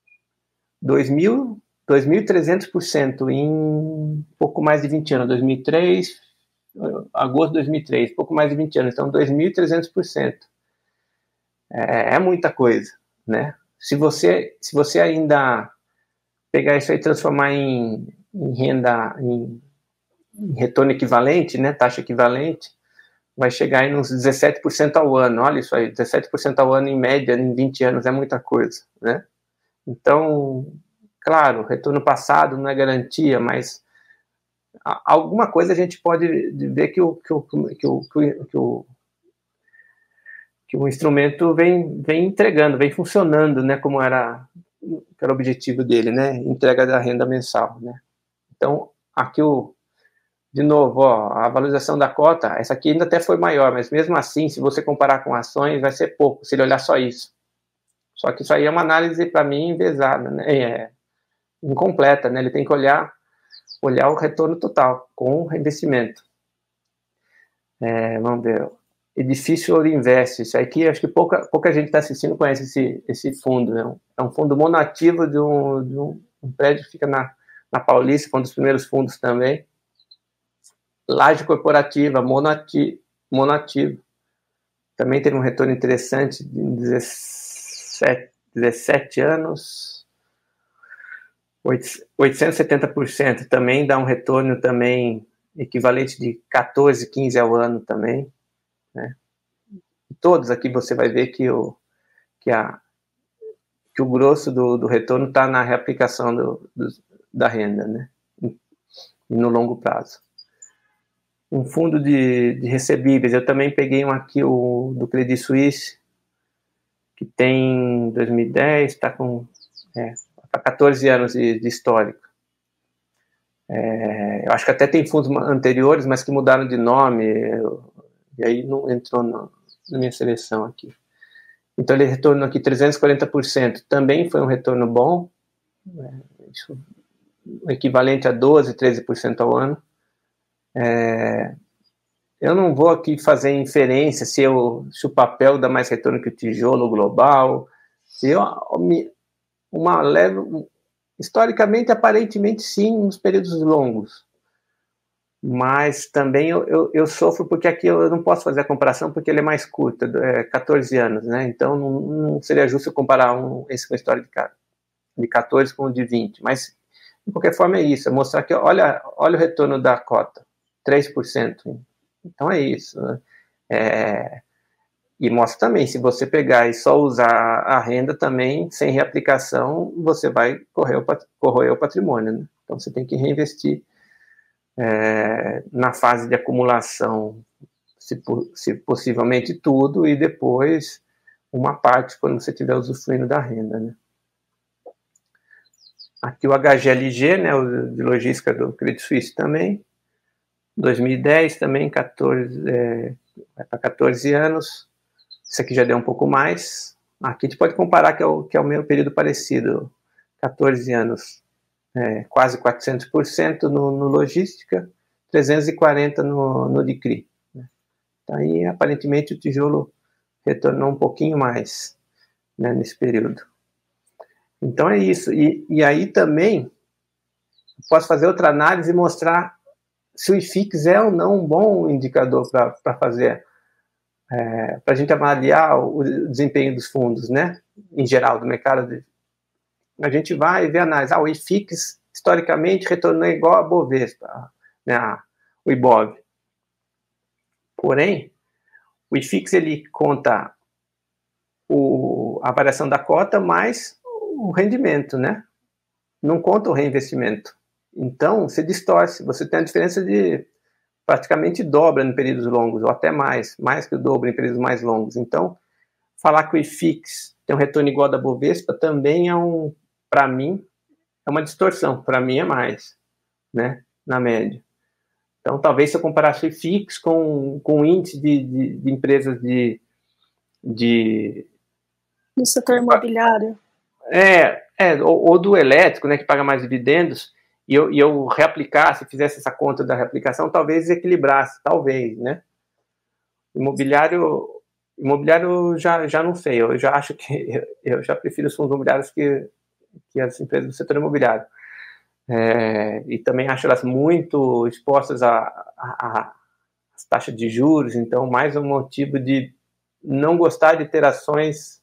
2.300% em pouco mais de 20 anos, 2003, agosto de 2003, pouco mais de 20 anos, então 2.300%. É muita coisa, né? Se você ainda pegar isso aí e transformar em renda, em retorno equivalente, né, taxa equivalente, vai chegar aí nos 17% ao ano. Olha isso aí, 17% ao ano em média, em 20 anos, é muita coisa, né? Então, claro, retorno passado não é garantia, mas alguma coisa a gente pode ver que o instrumento vem entregando, vem funcionando, né, como era o objetivo dele, né, entrega da renda mensal, né. Então, aqui de novo, ó, a valorização da cota, essa aqui ainda até foi maior, mas mesmo assim, se você comparar com ações, vai ser pouco, se ele olhar só isso. Só que isso aí é uma análise, para mim, enviesada, né, incompleta, né, ele tem que olhar o retorno total com o investimento. Vamos ver, Edifício Ouro Invest, isso aqui acho que pouca gente está assistindo conhece esse fundo, né? É um fundo monoativo de um prédio que fica na Paulista, foi um dos primeiros fundos também. Laje corporativa, monoativo. Também teve um retorno interessante em 17 anos, 870%, também dá um retorno também equivalente de 14, 15 ao ano também, né? E todos aqui você vai ver que o grosso do retorno está na reaplicação da renda, né? E no longo prazo. Um fundo de recebíveis, eu também peguei um aqui, o do Credit Suisse, que tem 2010, está com 14 anos de histórico. Eu acho que até tem fundos anteriores, mas que mudaram de nome, e aí não entrou na minha seleção aqui. Então ele retornou aqui 340%, também foi um retorno bom, equivalente a 12, 13% ao ano. eu não vou aqui fazer inferência se o papel dá mais retorno que o tijolo global. Historicamente, aparentemente, sim, nos períodos longos. Mas também eu sofro porque aqui eu não posso fazer a comparação porque ele é mais curto, 14 anos, né? Então não seria justo comparar esse com a história de 14 com o de 20. Mas, de qualquer forma, é isso. É mostrar que, olha o retorno da cota, 3%. Então é isso, né? E mostra também, se você pegar e só usar a renda também, sem reaplicação, você vai corroer o patrimônio, né? Então você tem que reinvestir na fase de acumulação, se possivelmente tudo, e depois uma parte quando você estiver usufruindo da renda, né? Aqui o HGLG, né, o de logística do Credit Suisse também, 2010 também, 14 anos. Isso aqui já deu um pouco mais. Aqui a gente pode comparar que é o mesmo período parecido, 14 anos. Quase 400% no logística, 340% no de CRI. Né? Então, aí, aparentemente, o tijolo retornou um pouquinho mais, né, nesse período. Então, é isso. E aí também, posso fazer outra análise e mostrar se o IFIX é ou não um bom indicador para fazer, para a gente avaliar o desempenho dos fundos, né, em geral, do mercado. A gente vai ver a análise. O IFIX, historicamente, retornou igual a Bovespa, né, o IBOV. Porém, o IFIX ele conta a variação da cota mais o rendimento, né? Não conta o reinvestimento. Então, se distorce. Você tem a diferença de praticamente dobra em períodos longos, ou até mais que o dobro em períodos mais longos. Então, falar que o IFIX tem um retorno igual ao da Bovespa também para mim, é uma distorção. Para mim é mais, né? Na média. Então, talvez se eu comparasse o IFIX com o índice de empresas no setor imobiliário. Ou do elétrico, né, que paga mais dividendos, e eu reaplicasse, fizesse essa conta da reaplicação, talvez equilibrasse, talvez, né? Imobiliário já não sei, eu já acho que eu já prefiro os fundos imobiliários que as empresas do setor imobiliário. E também acho elas muito expostas às taxas de juros, então mais um motivo de não gostar de ter ações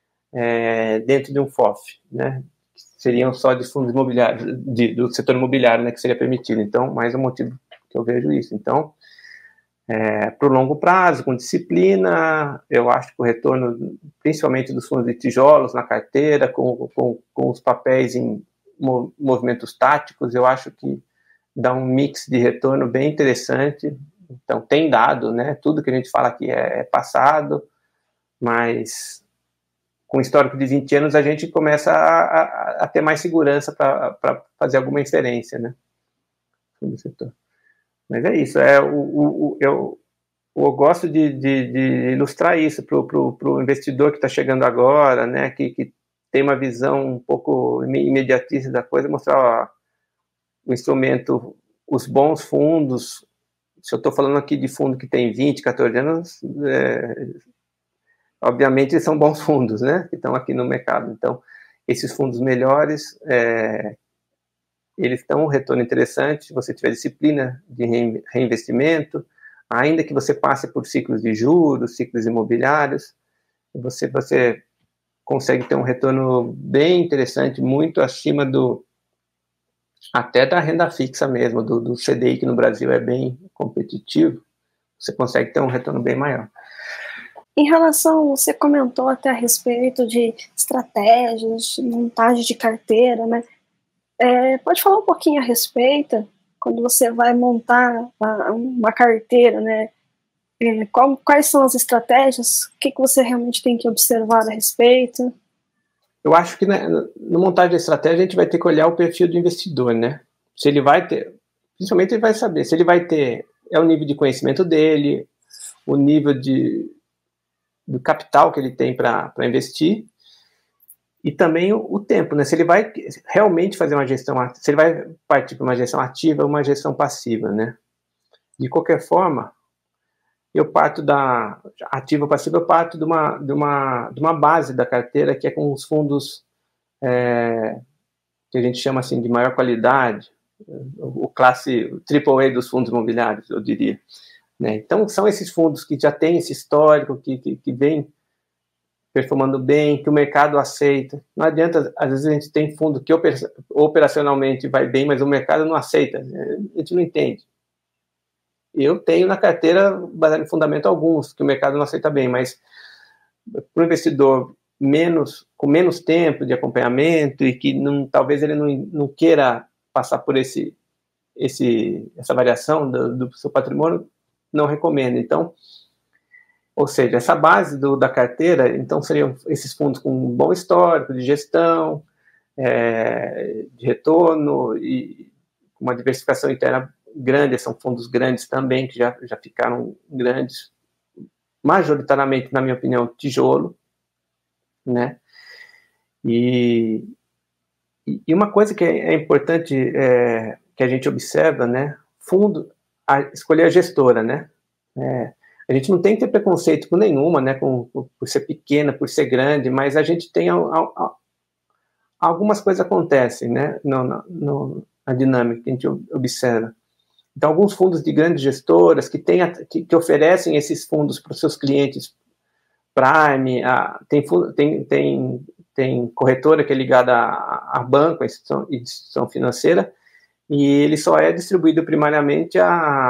dentro de um FOF, né? Seriam só de fundos imobiliários, do setor imobiliário, né, que seria permitido. Então, mais um motivo que eu vejo isso. Então, para o longo prazo, com disciplina, eu acho que o retorno, principalmente dos fundos de tijolos na carteira, com os papéis em movimentos táticos, eu acho que dá um mix de retorno bem interessante. Então, tem dado, né? Tudo que a gente fala aqui é passado, mas com histórico de 20 anos a gente começa a ter mais segurança para fazer alguma inferência, né? Do setor. Mas é isso. Eu gosto de ilustrar isso para o investidor que está chegando agora, né? Que tem uma visão um pouco imediatista da coisa, mostrar o instrumento, os bons fundos. Se eu estou falando aqui de fundo que tem 20, 14 anos, obviamente eles são bons fundos, né? Que estão aqui no mercado. Então, esses fundos melhores, eles dão um retorno interessante se você tiver disciplina de reinvestimento, ainda que você passe por ciclos de juros, ciclos imobiliários, você consegue ter um retorno bem interessante, muito acima até da renda fixa mesmo, do CDI, que no Brasil é bem competitivo, você consegue ter um retorno bem maior. Em relação, você comentou até a respeito de estratégias, de montagem de carteira, né? Pode falar um pouquinho a respeito, quando você vai montar uma carteira, né? Quais são as estratégias? O que você realmente tem que observar a respeito? Eu acho que no montagem da estratégia a gente vai ter que olhar o perfil do investidor, né? Se ele vai ter, principalmente ele vai saber se ele vai ter, o nível de conhecimento dele, o nível do capital que ele tem para investir, e também o tempo, né? Se ele vai realmente fazer uma gestão, se ele vai partir para uma gestão ativa ou uma gestão passiva, né? De qualquer forma, eu parto da ativo ou passivo, eu parto de uma base da carteira que é com os fundos que a gente chama assim de maior qualidade, o classe AAA dos fundos imobiliários, eu diria. Né? Então, são esses fundos que já têm esse histórico, que vem performando bem, que o mercado aceita. Não adianta, às vezes a gente tem fundo que operacionalmente vai bem, mas o mercado não aceita, a gente não entende. Eu tenho na carteira, baseado em fundamento, alguns que o mercado não aceita bem, mas para o investidor com menos tempo de acompanhamento e que talvez ele não queira passar por essa variação do seu patrimônio, não recomendo. Então, ou seja, essa base da carteira, então seriam esses fundos com um bom histórico de gestão, de retorno e uma diversificação interna grande, são fundos grandes também, que já ficaram grandes, majoritariamente, na minha opinião, tijolo, né? E uma coisa que é importante que a gente observa, né? Escolher a gestora, né? A gente não tem que ter preconceito com nenhuma, né? Por ser pequena, por ser grande, mas a gente tem algumas coisas acontecem, né? Na dinâmica que a gente observa. Então, alguns fundos de grandes gestoras que oferecem esses fundos para os seus clientes Prime, tem corretora que é ligada a banco, a instituição financeira, e ele só é distribuído primariamente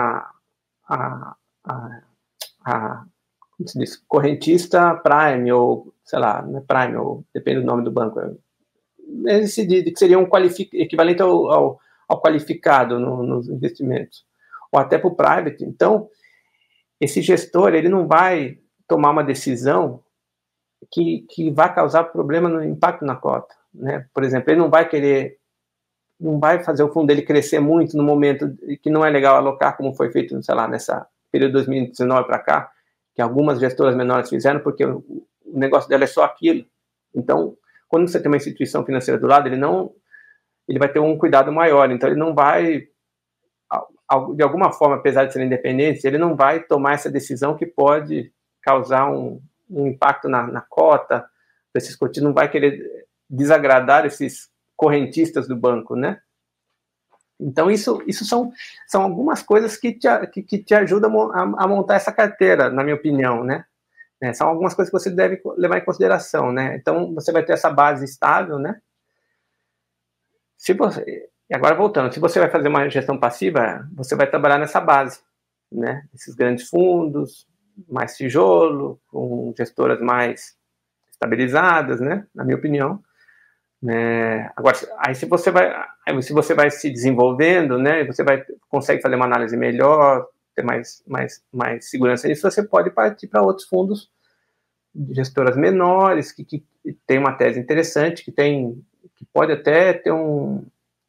como se diz, correntista Prime, ou sei lá, não é Prime, ou depende do nome do banco. Que seria um equivalente ao qualificado nos investimentos, ou até para o private. Então, esse gestor, ele não vai tomar uma decisão que vai causar problema no impacto na cota, né? Por exemplo, ele não vai fazer o fundo dele crescer muito no momento que não é legal alocar, como foi feito, sei lá, nessa período de 2019 para cá, que algumas gestoras menores fizeram, porque o negócio dela é só aquilo. Então, quando você tem uma instituição financeira do lado, ele vai ter um cuidado maior, então ele não vai, de alguma forma, apesar de ser independente, ele não vai tomar essa decisão que pode causar um impacto na cota desses cotistas, não vai querer desagradar esses correntistas do banco, né? Então, isso são algumas coisas que te ajudam a montar essa carteira, na minha opinião, né? São algumas coisas que você deve levar em consideração, né? Então, você vai ter essa base estável, né? E agora, voltando, se você vai fazer uma gestão passiva, você vai trabalhar nessa base, né? Esses grandes fundos, mais tijolo, com gestoras mais estabilizadas, né? Na minha opinião. Agora, aí se você vai se desenvolvendo, né? Você consegue fazer uma análise melhor, ter mais segurança nisso, você pode partir para outros fundos de gestoras menores, que tem uma tese interessante, que pode até ter um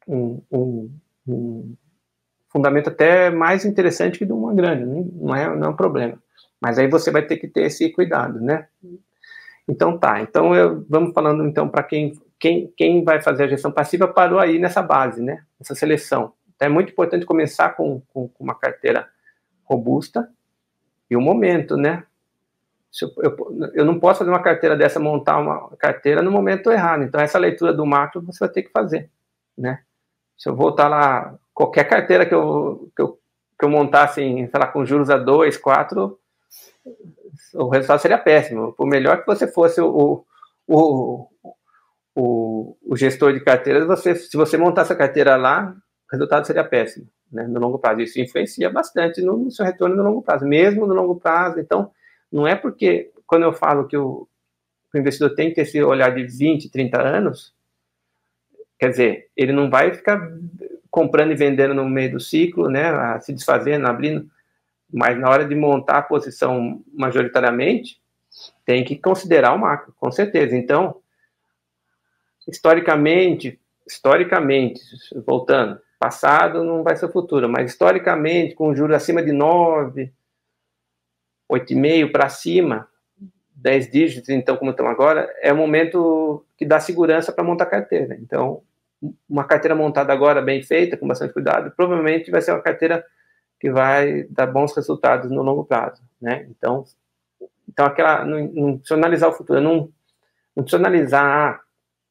fundamento até mais interessante que de uma grande, não é um problema. Mas aí você vai ter que ter esse cuidado, né? Então tá, vamos falando então para quem vai fazer a gestão passiva, parou aí nessa base, né? Essa seleção. Então é muito importante começar com uma carteira robusta e o momento, né? Eu não posso fazer uma carteira dessa, montar uma carteira no momento errado. Então essa leitura do macro você vai ter que fazer, né? Se eu voltar lá, qualquer carteira que eu montasse, sei lá, com juros a 2, 4, o resultado seria péssimo. Por melhor que você fosse o gestor de carteiras, se você montasse a carteira lá, o resultado seria péssimo, né, no longo prazo. Isso influencia bastante no seu retorno no longo prazo, mesmo no longo prazo. Então, não é porque, quando eu falo que o investidor tem que ter esse olhar de 20, 30 anos, quer dizer, ele não vai ficar comprando e vendendo no meio do ciclo, né, se desfazendo, abrindo, mas na hora de montar a posição majoritariamente, tem que considerar o macro, com certeza. Então, historicamente, voltando, passado não vai ser o futuro, mas historicamente, com juros acima de 9, 8,5 para cima, 10 dígitos, então, como estão agora, é o momento que dá segurança para montar carteira. Então, uma carteira montada agora, bem feita, com bastante cuidado, provavelmente vai ser uma carteira que vai dar bons resultados no longo prazo, né? Então aquela, não precisa analisar o futuro, não precisa analisar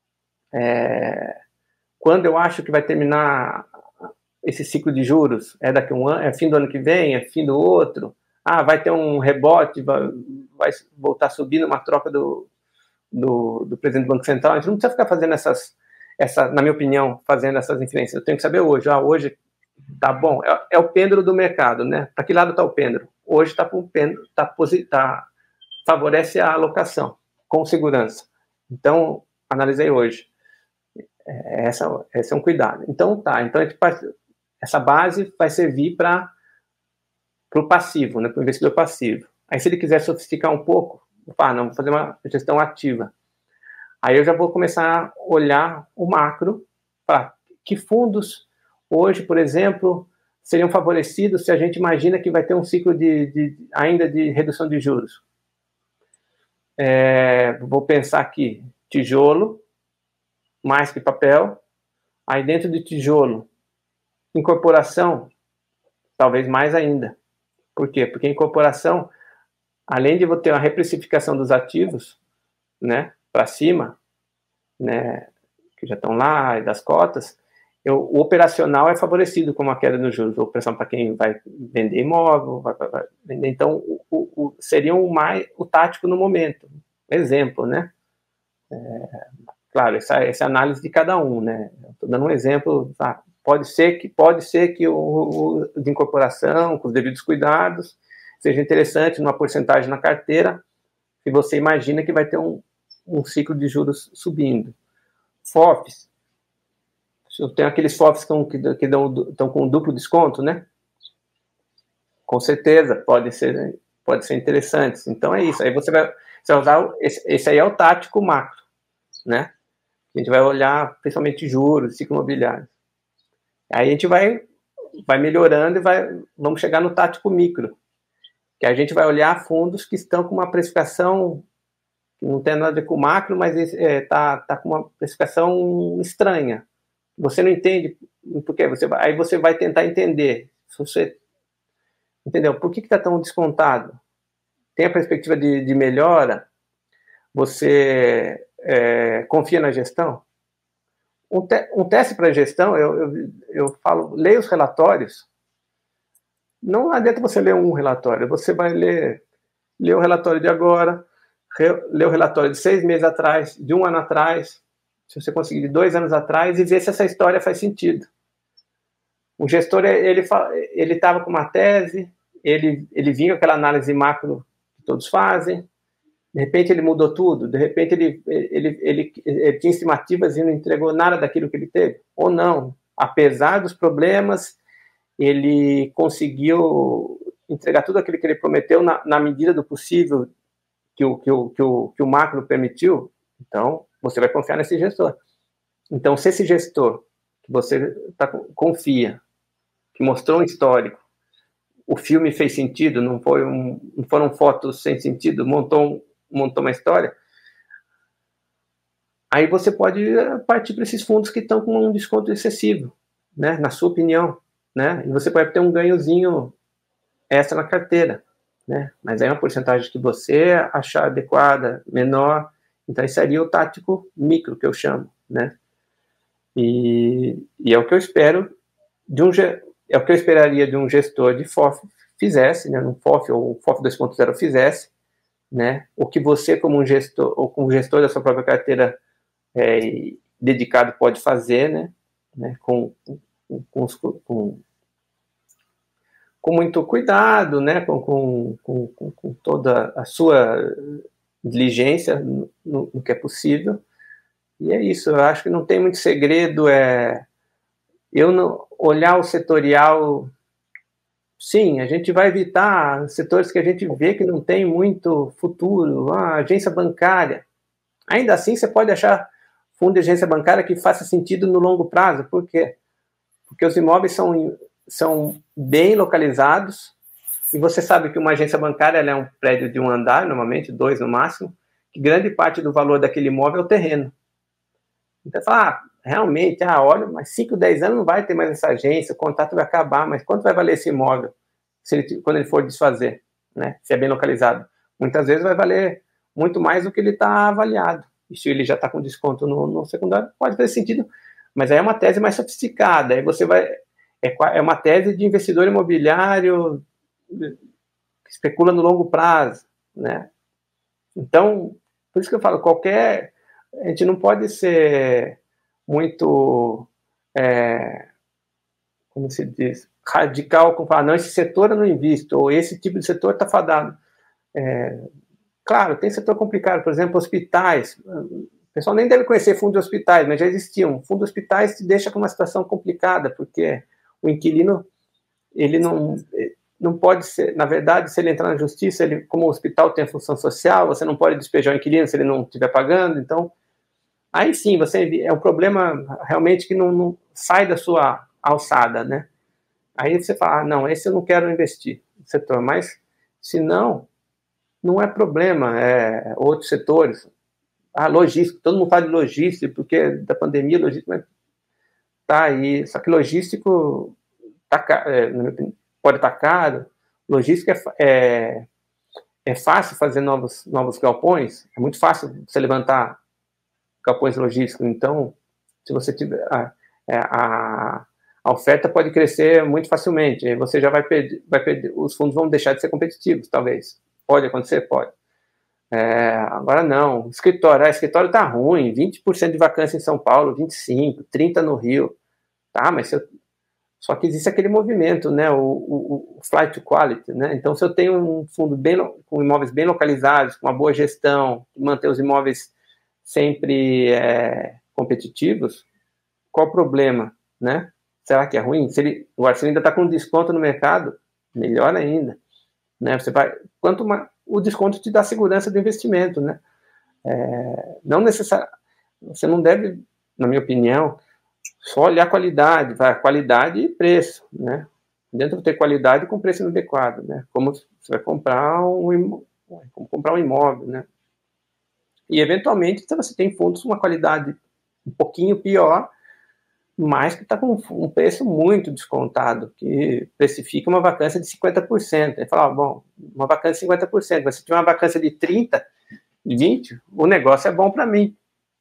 quando eu acho que vai terminar esse ciclo de juros, é daqui a um ano, é fim do ano que vem, é fim do outro, vai ter um rebote, vai voltar a subir numa troca do presidente do Banco Central. A gente não precisa ficar fazendo na minha opinião, fazendo essas inferências. Eu tenho que saber hoje, hoje tá bom, é o pêndulo do mercado, né? Para que lado está o pêndulo? Hoje está com o pêndulo, favorece a alocação, com segurança. Então, analisei hoje. Esse é um cuidado. Então, essa base vai servir para o passivo, né? Para o investidor passivo. Aí, se ele quiser sofisticar um pouco, não, vou fazer uma gestão ativa. Aí eu já vou começar a olhar o macro para que fundos hoje, por exemplo, seriam favorecidos se a gente imagina que vai ter um ciclo ainda de redução de juros. Vou pensar aqui, tijolo, mais que papel. Aí dentro de tijolo, incorporação, talvez mais ainda. Por quê? Porque incorporação, além de ter uma reprecificação dos ativos, né, para cima, né, que já estão lá, e das cotas, o operacional é favorecido com uma queda nos juros. A operação para quem vai vender imóvel, vai vender. Então, seria o tático no momento. Exemplo, né? Claro, essa análise de cada um, né? Estou dando um exemplo. Pode ser que o de incorporação, com os devidos cuidados, seja interessante numa porcentagem na carteira, se você imagina que vai ter um ciclo de juros subindo. FOFs. Eu tenho aqueles FOFs que estão com duplo desconto, né? Com certeza, pode ser interessantes. Então é isso. Aí você vai usar, esse aí é o tático macro, né? A gente vai olhar principalmente juros, ciclo imobiliário. Aí a gente vai melhorando e vamos chegar no tático micro, que a gente vai olhar fundos que estão com uma precificação que não tem nada a ver com o macro, mas tá com uma precificação estranha. Você não entende por quê? Aí você vai tentar entender. Se você entendeu por que está tão descontado, tem a perspectiva de melhora, você confia na gestão? Um teste para gestão, eu falo, leia os relatórios. Não adianta você ler um relatório, você vai ler o relatório de agora, ler o relatório de 6 meses atrás, de 1 ano atrás, se você conseguir de 2 anos atrás, e ver se essa história faz sentido. O gestor, ele estava com uma tese, ele vinha com aquela análise macro que todos fazem, de repente ele mudou tudo, de repente ele tinha estimativas e não entregou nada daquilo que ele teve, ou não. Apesar dos problemas, ele conseguiu entregar tudo aquilo que ele prometeu na medida do possível que o macro permitiu. Então, você vai confiar nesse gestor. Então, se esse gestor que você confia, que mostrou um histórico, o filme fez sentido, não foram fotos sem sentido, montou uma história, aí você pode partir para esses fundos que estão com um desconto excessivo, né, na sua opinião, né, e você pode ter um ganhozinho extra na carteira, né, mas aí é uma porcentagem que você achar adequada, menor. Então, esse seria o tático micro, que eu chamo, né, e é o que eu espero é o que eu esperaria de um gestor de FOF fizesse, né, um FOF ou um FOF 2.0 fizesse, né, o que você como gestor ou como gestor da sua própria carteira dedicado pode fazer, né, com muito cuidado, né, com toda a sua diligência no que é possível. E é isso, eu acho que não tem muito segredo, eu não olhar o setorial. Sim, a gente vai evitar setores que a gente vê que não tem muito futuro, agência bancária. Ainda assim, você pode achar fundo de agência bancária que faça sentido no longo prazo. Por quê? Porque os imóveis são bem localizados, e você sabe que uma agência bancária é um prédio de 1 andar, normalmente 2 no máximo, que grande parte do valor daquele imóvel é o terreno. Então, você fala, realmente, olha, mas 5, 10 anos não vai ter mais essa agência, o contrato vai acabar, mas quanto vai valer esse imóvel quando ele for desfazer, né? Se é bem localizado? Muitas vezes vai valer muito mais do que ele está avaliado. E se ele já está com desconto no secundário, pode fazer sentido, mas aí é uma tese mais sofisticada, aí você vai... É uma tese de investidor imobiliário que especula no longo prazo, né? Então, por isso que eu falo, a gente não pode ser muito, como se diz, radical, com falar, não, esse setor eu não invisto, ou esse tipo de setor está fadado. Claro, tem setor complicado, por exemplo, hospitais. O pessoal nem deve conhecer fundo de hospitais, mas já existiam. Fundo de hospitais te deixa com uma situação complicada, porque o inquilino, ele não pode ser, na verdade, se ele entrar na justiça, como o hospital tem a função social, você não pode despejar o inquilino se ele não estiver pagando, então, aí sim, é um problema realmente que não sai da sua alçada, né? Aí você fala, não, esse eu não quero investir no setor, mas se não é problema, outros setores, logística, todo mundo fala de logística, porque da pandemia, logística tá aí, só que logístico pode estar caro, logística é fácil fazer novos galpões, é muito fácil você levantar galpões logísticos, então, se você tiver, a oferta pode crescer muito facilmente, aí você já vai perder, os fundos vão deixar de ser competitivos, talvez, pode acontecer, pode. Agora não, escritório está ruim, 20% de vacância em São Paulo, 25%, 30% no Rio, tá, mas só que existe aquele movimento, né, o flight to quality, né, então se eu tenho um fundo com imóveis bem localizados, com uma boa gestão, manter os imóveis sempre competitivos, qual o problema, né, será que é ruim? Agora, se ele ainda está com desconto no mercado, melhor ainda, né, o desconto te dá segurança do investimento, né, não necessariamente, você não deve, na minha opinião, só olhar qualidade e preço, né? Dentro ter qualidade com preço inadequado, né? Como você vai comprar um imóvel, né? E eventualmente você tem fundos com uma qualidade um pouquinho pior, mas que está com um preço muito descontado, que precifica uma vacância de 50%. Aí fala, bom, uma vacância de 50%, mas se tiver uma vacância de 30%, 20%, o negócio é bom para mim,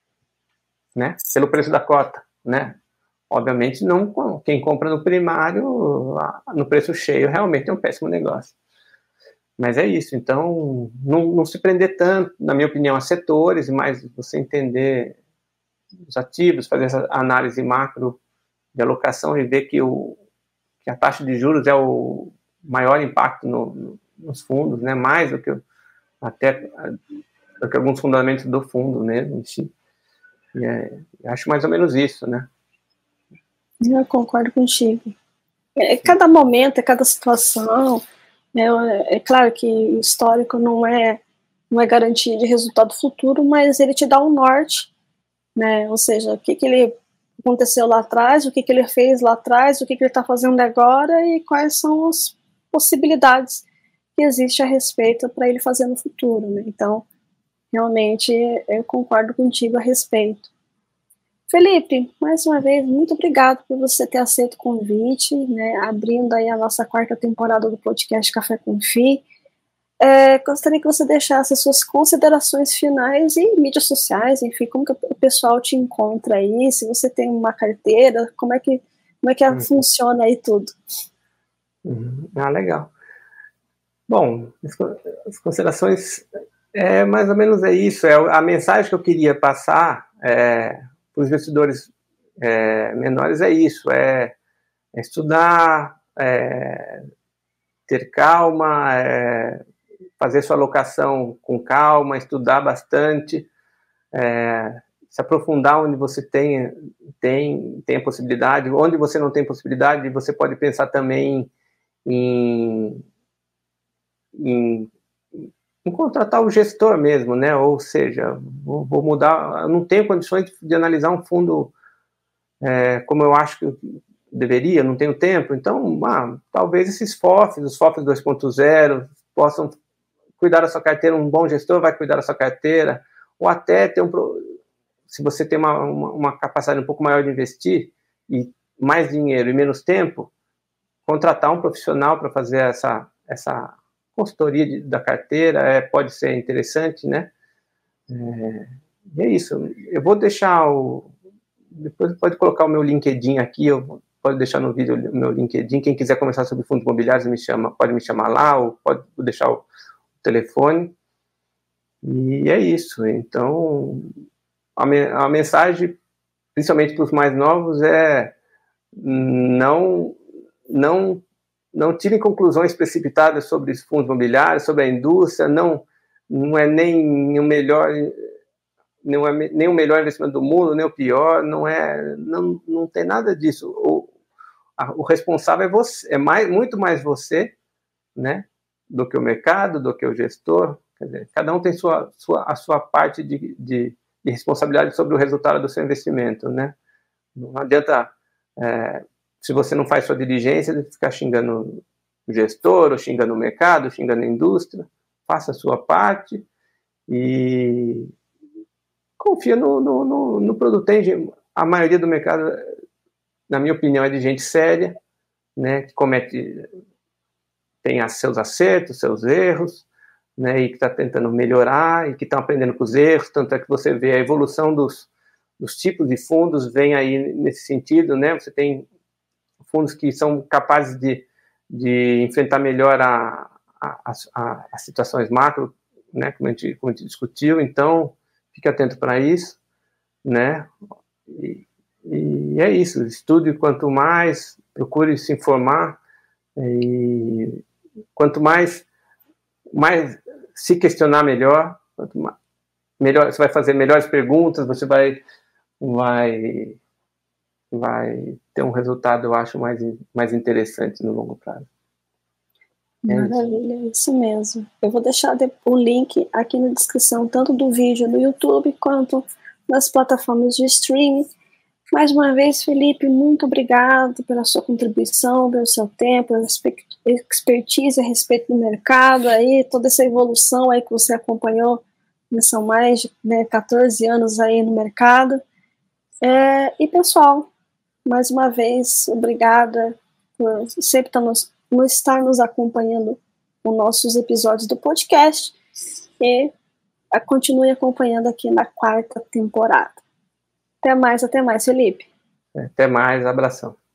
né? Pelo preço da cota, né? Obviamente, não, quem compra no primário, no preço cheio, realmente é um péssimo negócio. Mas é isso, então, não se prender tanto, na minha opinião, a setores, mas você entender os ativos, fazer essa análise macro de alocação e ver que a taxa de juros é o maior impacto nos fundos, né? Mais do que alguns fundamentos do fundo mesmo em si. Acho mais ou menos isso, né? Eu concordo contigo. Cada momento, cada situação, né? É claro que o histórico não é garantia de resultado futuro, mas ele te dá um norte, né? Ou seja, o que ele aconteceu lá atrás, o que ele fez lá atrás, o que ele está fazendo agora e quais são as possibilidades que existem a respeito para ele fazer no futuro, né? Então, realmente, eu concordo contigo a respeito. Felipe, mais uma vez, muito obrigado por você ter aceito o convite, né, abrindo aí a nossa 4ª temporada do podcast Café com Fi. Gostaria que você deixasse as suas considerações finais e mídias sociais, enfim, como que o pessoal te encontra aí, se você tem uma carteira, como é que funciona aí tudo. Legal. Bom, as considerações mais ou menos isso, a mensagem que eu queria passar para os investidores menores é isso, estudar, ter calma, fazer sua alocação com calma, estudar bastante, se aprofundar onde você tem a possibilidade, onde você não tem possibilidade, você pode pensar também em contratar o gestor mesmo, né? Ou seja, vou mudar, eu não tenho condições de analisar um fundo como eu acho que deveria, não tenho tempo, então talvez esses FOFs, os FOFs 2.0 possam cuidar da sua carteira, um bom gestor vai cuidar da sua carteira, ou até se você tem uma capacidade um pouco maior de investir, e mais dinheiro e menos tempo, contratar um profissional para fazer essa consultoria da carteira pode ser interessante, né? É isso. Eu vou deixar depois pode colocar o meu LinkedIn aqui, pode deixar no vídeo o meu LinkedIn. Quem quiser conversar sobre fundos imobiliários pode me chamar lá, ou pode deixar o telefone. E é isso. Então, a mensagem, principalmente para os mais novos, é não tirem conclusões precipitadas sobre os fundos imobiliários, sobre a indústria. Não é nem o melhor investimento do mundo, nem o pior. Não tem nada disso. O responsável é você, muito mais você, né, do que o mercado, do que o gestor. Quer dizer, cada um tem a sua parte de responsabilidade sobre o resultado do seu investimento, né? Não adianta, se você não faz sua diligência, ficar xingando o gestor, ou xingando o mercado, ou xingando a indústria. Faça a sua parte e confia no produto. A maioria do mercado, na minha opinião, é de gente séria, né, que tem seus acertos, seus erros, né, e que está tentando melhorar, e que estão aprendendo com os erros. Tanto é que você vê a evolução dos tipos de fundos, vem aí nesse sentido, né? Você tem fundos que são capazes de enfrentar melhor as situações macro, né, como a gente discutiu. Então, fique atento para isso, né? E é isso. Estude quanto mais, procure se informar, e quanto mais se questionar melhor, melhor você vai fazer melhores perguntas, você vai ter um resultado, eu acho, mais interessante no longo prazo. Maravilha, é isso mesmo. Eu vou deixar o link aqui na descrição, tanto do vídeo no YouTube, quanto nas plataformas de streaming. Mais uma vez, Felipe, muito obrigado pela sua contribuição, pelo seu tempo, pela expertise a respeito do mercado, aí, toda essa evolução aí que você acompanhou, né, são mais de 14 anos aí no mercado. E pessoal, mais uma vez, obrigada por sempre estar nos acompanhando nos nossos episódios do podcast, e continue acompanhando aqui na 4ª temporada. Até mais, Felipe. Até mais, abração.